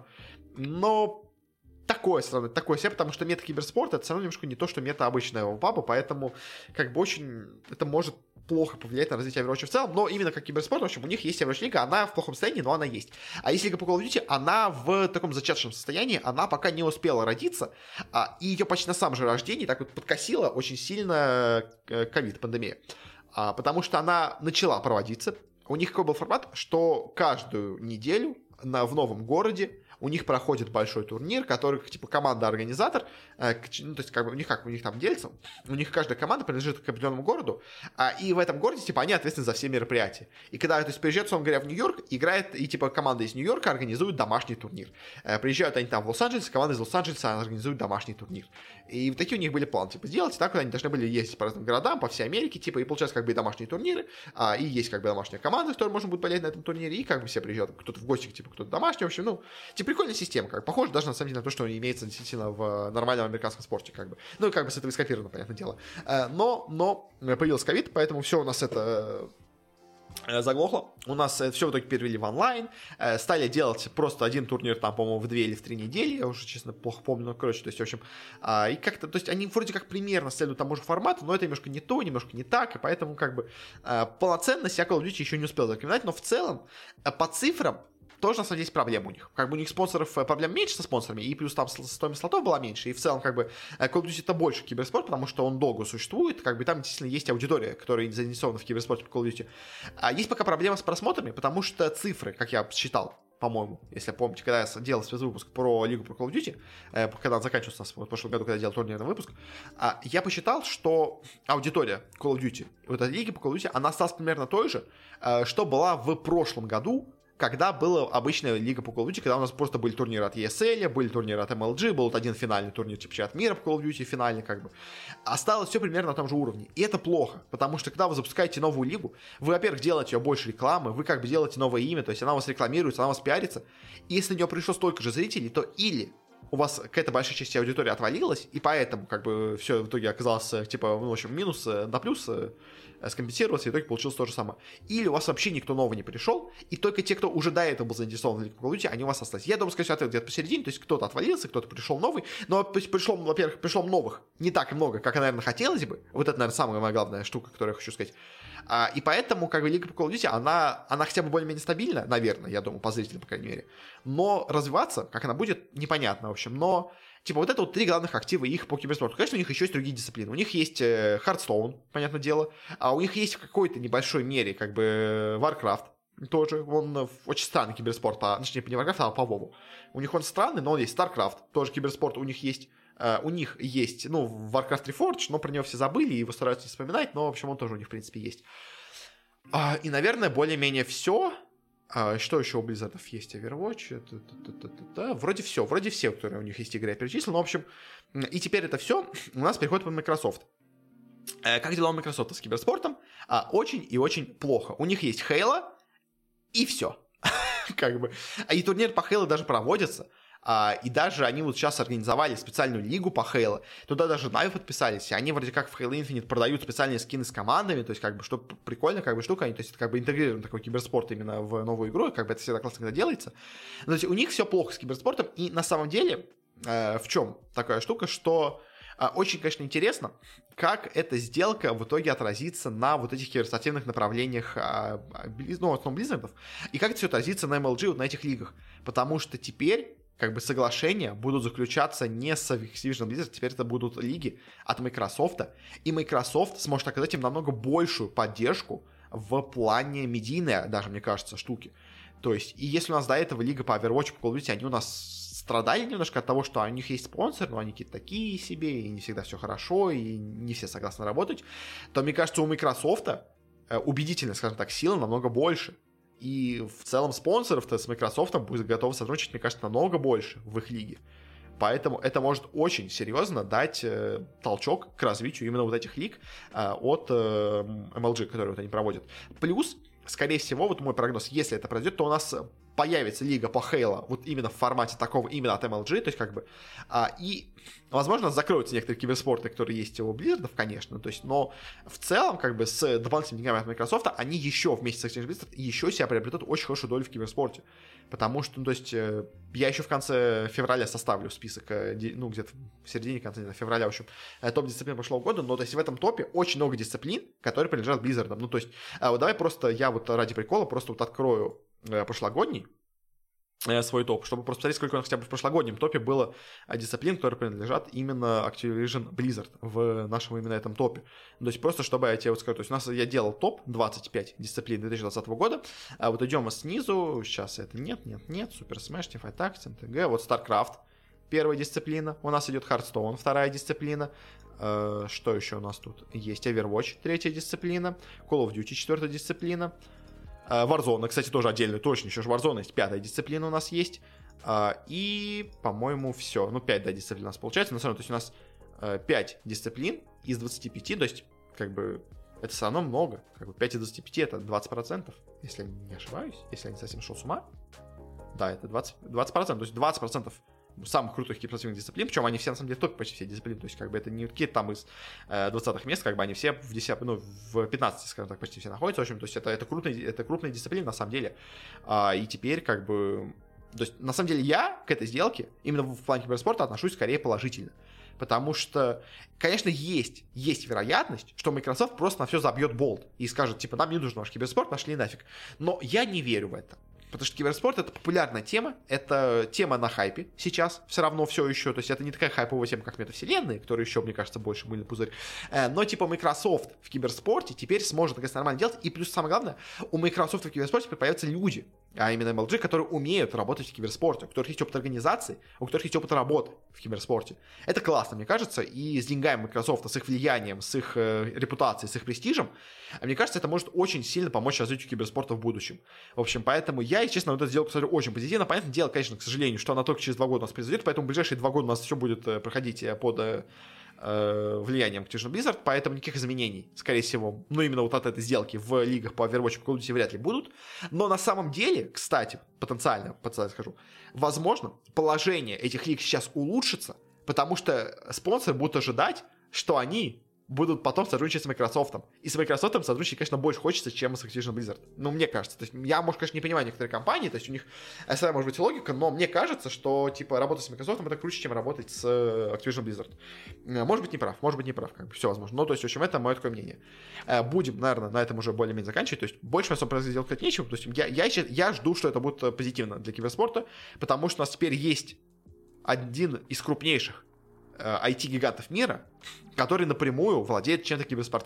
но такое все равно, такое себе, потому что мета киберспорта — это все равно немножко не то, что мета обычного паба, поэтому как бы очень это может плохо повлиять на развитие Overwatch в целом, но именно как киберспорт, в общем, у них есть Overwatch лига, она в плохом состоянии, но она есть. А есть лига по Call of Duty, она в таком зачаточном состоянии, она пока не успела родиться, а, и ее почти на самом же рождении так вот подкосила очень сильно ковид, пандемия. А, потому что она начала проводиться. У них какой был формат, что каждую неделю на, в новом городе у них проходит большой турнир, который, типа, команда-организатор, э, ну, то есть, как бы, у них как, у них там делится, у них каждая команда принадлежит к определенному городу, а, и в этом городе, типа, они ответственны за все мероприятия. И когда, то есть, приезжают, он говоря, в Нью-Йорк, играет, и, типа, команда из Нью-Йорка организует домашний турнир. Э, приезжают они там в Лос-Анджелес, команда из Лос-Анджелеса организует домашний турнир. И такие у них были планы, типа, сделать, так вот они должны были ездить по разным городам, по всей Америке, типа, и получается, как бы, и домашние турниры, а, и есть, как бы, домашняя команда, которая можно будет болеть на этом турнире, и, как бы, все приезжают, кто-то в гости, типа, кто-то домашний, в общем, ну, типа, прикольная система, как бы, похоже даже, на самом деле, на то, что имеется действительно в нормальном американском спорте, как бы, ну, и, как бы, с этого скопировано, понятное дело, но, но появился ковид, поэтому все у нас это заглохло. У нас все в итоге перевели в онлайн. Стали делать просто один турнир, там, по-моему, в две или в три недели. Я уже, честно, плохо помню, но, короче, то есть, в общем, и как-то, то есть, они вроде как примерно следуют тому же формату, но это немножко не то, немножко не так, и поэтому, как бы, полноценно себя Call of Duty еще не успел запоминать, но в целом, по цифрам, тоже, на самом деле, есть проблема у них. Как бы у них спонсоров проблем меньше со спонсорами, и плюс там стоимость слотов была меньше, и в целом, как бы, Call of Duty это больше киберспорт, потому что он долго существует, как бы там действительно есть аудитория, которая заинтересована в киберспорте по Call of Duty. А есть пока проблема с просмотрами, потому что цифры, как я считал, по-моему, если помните, когда я делал спецвыпуск про Лигу про Call of Duty, э, когда он заканчивался у нас в прошлом году, когда я делал турнирный выпуск, э, я посчитал, что аудитория Call of Duty, вот эта Лига по Call of Duty, она осталась примерно той же, э, что была в прошлом году, когда была обычная лига по Call of Duty, когда у нас просто были турниры от и эс эл, были турниры от эм эл джи, был вот один финальный турнир типа чемпионат мира по Call of Duty, финальный как бы. Осталось все примерно на том же уровне. И это плохо, потому что когда вы запускаете новую лигу, вы, во-первых, делаете ее больше рекламы, вы как бы делаете новое имя, то есть она у вас рекламируется, она у вас пиарится. И если на нее пришло столько же зрителей, то или у вас какая-то большая часть аудитории отвалилась, и поэтому как бы все в итоге оказалось типа, ну, в общем, минус на плюс скомпенсировался, и в итоге получилось то же самое. Или у вас вообще никто новый не пришел, и только те, кто уже до этого был заинтересован в Лиге Call of Duty, они у вас остались. Я думаю, скорее всего, ответ где-то посередине, то есть кто-то отвалился, кто-то пришел новый, но то есть пришло, во-первых, пришло новых не так много, как, наверное, хотелось бы. Вот это, наверное, самая моя главная штука, которую я хочу сказать. А, и поэтому, как бы, Лига Call of Duty, она, она хотя бы более-менее стабильна, наверное, я думаю, по зрителям, по крайней мере. Но развиваться, как она будет, непонятно, в общем. Но типа вот это вот три главных актива их по киберспорту. Конечно, у них еще есть другие дисциплины. У них есть Hearthstone, понятное дело. А у них есть в какой-то небольшой мере как бы Warcraft. тоже, он очень странный киберспорт, по, точнее, не по Warcraft, а по Вову. У них он странный, но он есть. StarCraft, тоже киберспорт, у них есть, uh, у них есть, ну, Warcraft Reforged, но про него все забыли, его стараются не вспоминать, но, в общем, он тоже у них, в принципе, есть. Uh, и, наверное, более-менее все. Uh, что еще у Blizzard есть? Overwatch? Да, вроде все, вроде все, которые у них есть игры, я перечислил, но, в общем, и теперь это все у нас переходит под Microsoft. Uh, как дела у Microsoft с киберспортом? Uh, очень и очень плохо. У них есть Halo, и все. Как бы. А и турнир по Halo даже проводится. А, и даже они вот сейчас организовали специальную лигу по Halo. Туда даже Na'Vi подписались. И они вроде как в Halo Infinite продают специальные скины с командами. То есть, как бы, что прикольно, как бы, штука. Они, то есть, это как бы интегрирован такой киберспорт именно в новую игру. И как бы это всегда классно, когда делается. Но, то есть, у них все плохо с киберспортом. И на самом деле, э, в чем такая штука, что э, очень, конечно, интересно, как эта сделка в итоге отразится на вот этих киберспортивных направлениях, э, ну, в основном Blizzard'ов. И как это все отразится на эм эл джи, вот на этих лигах. Потому что теперь как бы соглашения будут заключаться не с Activision Blizzard, теперь это будут лиги от Microsoft, и Microsoft сможет оказать им намного большую поддержку в плане медийной, даже, мне кажется, штуки. То есть, и если у нас до этого лига по Overwatch, по Call of Duty, они у нас страдали немножко от того, что у них есть спонсор, но они какие-то такие себе, и не всегда все хорошо, и не все согласны работать, то, мне кажется, у Microsoft убедительно, скажем так, сила намного больше. И в целом спонсоров-то с Microsoft будет готовы сотрудничать, мне кажется, намного больше в их лиге. Поэтому это может очень серьезно дать э, толчок к развитию именно вот этих лиг э, от э, эм эл джи, которые вот они проводят. Плюс, скорее всего, вот мой прогноз, если это произойдет, то у нас появится лига по Halo вот именно в формате такого, именно от эм эл джи, то есть как бы, а, и, возможно, закроются некоторые киберспорты, которые есть у Blizzard, конечно, то есть, но в целом, как бы, с дополнительными деньгами от Microsoft, они еще вместе с Activision Blizzard еще себя приобретут очень хорошую долю в киберспорте, потому что, ну, то есть, я еще в конце февраля составлю список, ну, где-то в середине, конце февраля, в общем, топ-дисциплин прошлого года, но, то есть, в этом топе очень много дисциплин, которые принадлежат Blizzard, ну, то есть, вот давай просто, я вот ради прикола просто вот открою прошлогодний э, свой топ, чтобы просто посмотреть, сколько у нас хотя бы в прошлогоднем топе было дисциплин, которые принадлежат именно Activision Blizzard в нашем именно этом топе. То есть просто, чтобы я тебе вот скажу, то есть у нас я делал топ двадцать пять дисциплин две тысячи двадцатого года, а вот идем снизу, сейчас это нет, нет, нет, Super Smash, Teamfight Tactics, эм тэ гэ, вот StarCraft, первая дисциплина, у нас идет Hearthstone, вторая дисциплина, э, что еще у нас тут есть, Overwatch, третья дисциплина, Call of Duty, четвертая дисциплина, Warzone, кстати, тоже отдельно, точно, еще же Warzone есть, пятая дисциплина у нас есть, и, по-моему, все, ну, пять, да, дисциплин у нас получается, на самом деле, то есть у нас пять дисциплин из двадцати пяти, то есть, как бы, это все равно много, как бы, пять из двадцати пяти это двадцать процентов, если я не ошибаюсь, если я не совсем шел с ума, да, это двадцать, двадцать процентов, то есть двадцать процентов самых крутых киберспортивных дисциплин, причем они все, на самом деле, в топе почти все дисциплины, то есть, как бы, это не какие-то там из э, двадцатых мест, как бы, они все в десятом, ну, в пятнадцати, скажем так, почти все находятся, в общем, то есть, это, это, крупные, это крупные дисциплины, на самом деле, а, и теперь, как бы, то есть, на самом деле, я к этой сделке, именно в плане киберспорта, отношусь скорее положительно, потому что, конечно, есть, есть вероятность, что Microsoft просто на все забьет болт и скажет, типа, нам не нужен ваш киберспорт, пошли нафиг, но я не верю в это. Потому что киберспорт — это популярная тема, это тема на хайпе сейчас, все равно все еще, то есть это не такая хайповая тема, как метавселенная, которая еще, мне кажется, больше мыльный пузырь, но типа Microsoft в киберспорте теперь сможет это нормально делать, и плюс самое главное, у Microsoft в киберспорте теперь появятся люди, а именно эм эл джи, которые умеют работать в киберспорте, у которых есть опыт организации, у которых есть опыт работы в киберспорте. Это классно, мне кажется, и с деньгами Microsoft, с их влиянием, с их э, репутацией, с их престижем, мне кажется, это может очень сильно помочь развитию киберспорта в будущем. В общем, поэтому я, если честно, вот это сделку посмотрю очень позитивно. Понятное дело, конечно, к сожалению, что она только через два года у нас произойдет, поэтому в ближайшие два года у нас все будет проходить под э, влиянием Activision Blizzard, поэтому никаких изменений, скорее всего, ну именно вот от этой сделки в лигах по Overwatch и Call of Duty вряд ли будут. Но на самом деле, кстати, потенциально, потенциально скажу, возможно, положение этих лиг сейчас улучшится, потому что спонсоры будут ожидать, что они будут потом сотрудничать с Microsoft. И с Microsoft сотрудничать, конечно, больше хочется, чем с Activision Blizzard. Ну, мне кажется. То есть, я, может, конечно, не понимаю некоторые компании, то есть, у них своя, может быть, логика, но мне кажется, что, типа, работать с Microsoft это круче, чем работать с Activision Blizzard. Может быть, не прав, может быть, не прав, как бы, все возможно. Ну, то есть, в общем, это мое такое мнение. Будем, наверное, на этом уже более-менее заканчивать. То есть, больше особо про это делать нечего. То есть, я, я, я жду, что это будет позитивно для киберспорта, потому что у нас теперь есть один из крупнейших ай ти-гигантов мира, который напрямую владеет чем-то киберспортивным.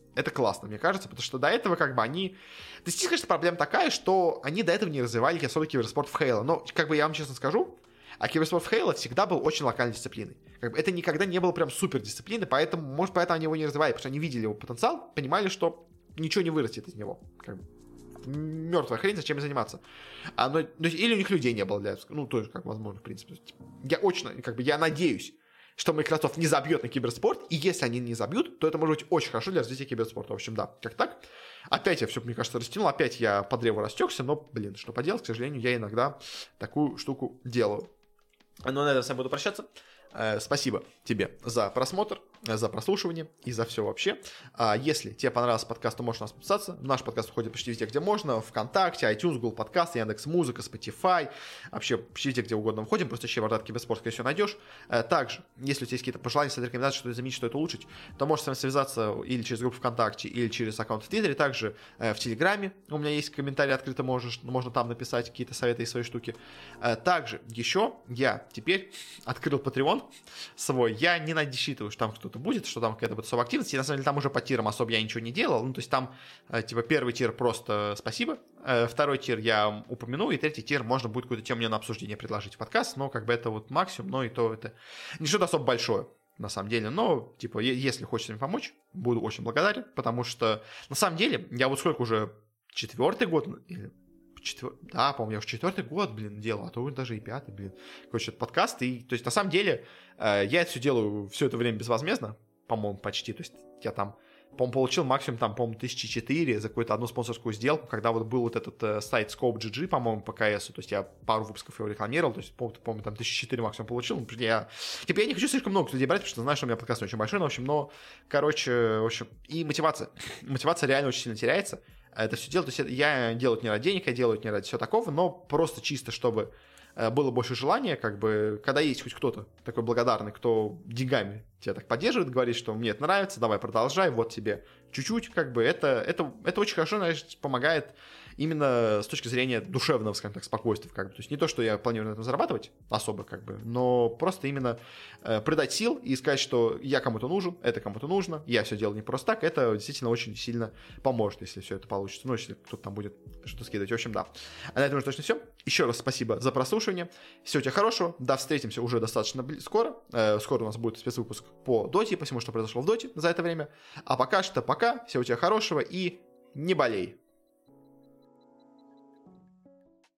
это классно, мне кажется, потому что до этого как бы они... То есть, конечно, проблема такая, что они до этого не развивали особо киберспорт в Halo. Но, как бы я вам честно скажу, а киберспорт в Halo всегда был очень локальной дисциплиной. Как бы это никогда не было прям супер дисциплины, поэтому, может, поэтому они его не развивали, потому что они видели его потенциал, понимали, что ничего не вырастет из него. Как бы мертвая хрень, зачем заниматься. А, ну, или у них людей не было для этого. Ну, тоже как возможно, в принципе. Я очень, как бы, я надеюсь, что Microsoft не забьет на киберспорт, и если они не забьют, то это может быть очень хорошо для развития киберспорта. В общем, да, как так. Опять я все, мне кажется, растянул, опять я по древу растекся, но, блин, что поделать, к сожалению, я иногда такую штуку делаю. Ну, на этом с вами буду прощаться. Спасибо тебе за просмотр, за прослушивание и за все вообще. Если тебе понравился подкаст, то можешь на нас подписаться. Наш подкаст выходит почти везде, где можно. ВКонтакте, iTunes, Google Подкаст, Яндекс.Музыка, Spotify. Вообще почти везде, где угодно выходим. Просто ищи Борода Киберспорт, скорее всего, найдешь. Также, если у тебя есть какие-то пожелания, советы, рекомендации, что изменить, что это улучшить, то можешь с вами связаться или через группу ВКонтакте, или через аккаунт в Твиттере. Также в Телеграме у меня есть комментарии открыто, можешь, можно там написать какие-то советы и свои штуки. Также еще я теперь открыл Patreon свой. Я не надеюсь, что там кто-то будет, что там какая-то будет особая активность. И на самом деле там уже по тирам особо я ничего не делал. Ну, то есть там, типа, первый тир просто спасибо, второй тир я упомяну, и третий тир можно будет какую-то тему мне на обсуждение предложить в подкаст, но как бы это вот максимум, но и то это не что-то особо большое, на самом деле. Но, типа, если хочешь мне помочь, буду очень благодарен, потому что, на самом деле, я вот сколько уже, четвертый год, или Четвер... Да, по-моему, я уже четвертый год, блин, делал, а то даже и пятый, блин. Короче, это подкаст, и, то есть, на самом деле, э, я это все делаю все это время безвозмездно, по-моему, почти, то есть, я там, по-моему, получил максимум, там, по-моему, тысячи четыре за какую-то одну спонсорскую сделку, когда вот был вот этот э, сайт Scope джи джи, по-моему, по КС, то есть, я пару выпусков его рекламировал, то есть, по-моему, по-моему там, тысячи четыре максимум получил, я, типа, я не хочу слишком много людей брать, потому что знаю, что у меня подкаст очень большой, но, в общем, но, короче, в общем, и мотивация, мотивация реально очень сильно теряется. Это все дело, то есть я делаю это не ради денег, я делаю это не ради всего такого, но просто чисто, чтобы было больше желания, как бы, когда есть хоть кто-то такой благодарный, кто деньгами тебя так поддерживает, говорит, что мне это нравится, давай продолжай, вот тебе чуть-чуть, как бы, это, это, это очень хорошо, значит, помогает именно с точки зрения душевного, скажем так, спокойствия, как бы, то есть не то, что я планирую на этом зарабатывать особо, как бы, но просто именно э, придать сил и сказать, что я кому-то нужен, это кому-то нужно, я все делаю не просто так, это действительно очень сильно поможет, если все это получится, ну, если кто-то там будет что-то скидывать, в общем, да. А на этом уже точно все. Еще раз спасибо за прослушивание, всего тебе хорошего, да, встретимся уже достаточно скоро, э, скоро у нас будет спецвыпуск по доте, по всему, что произошло в доте за это время, а пока что пока, всего тебе хорошего и не болей.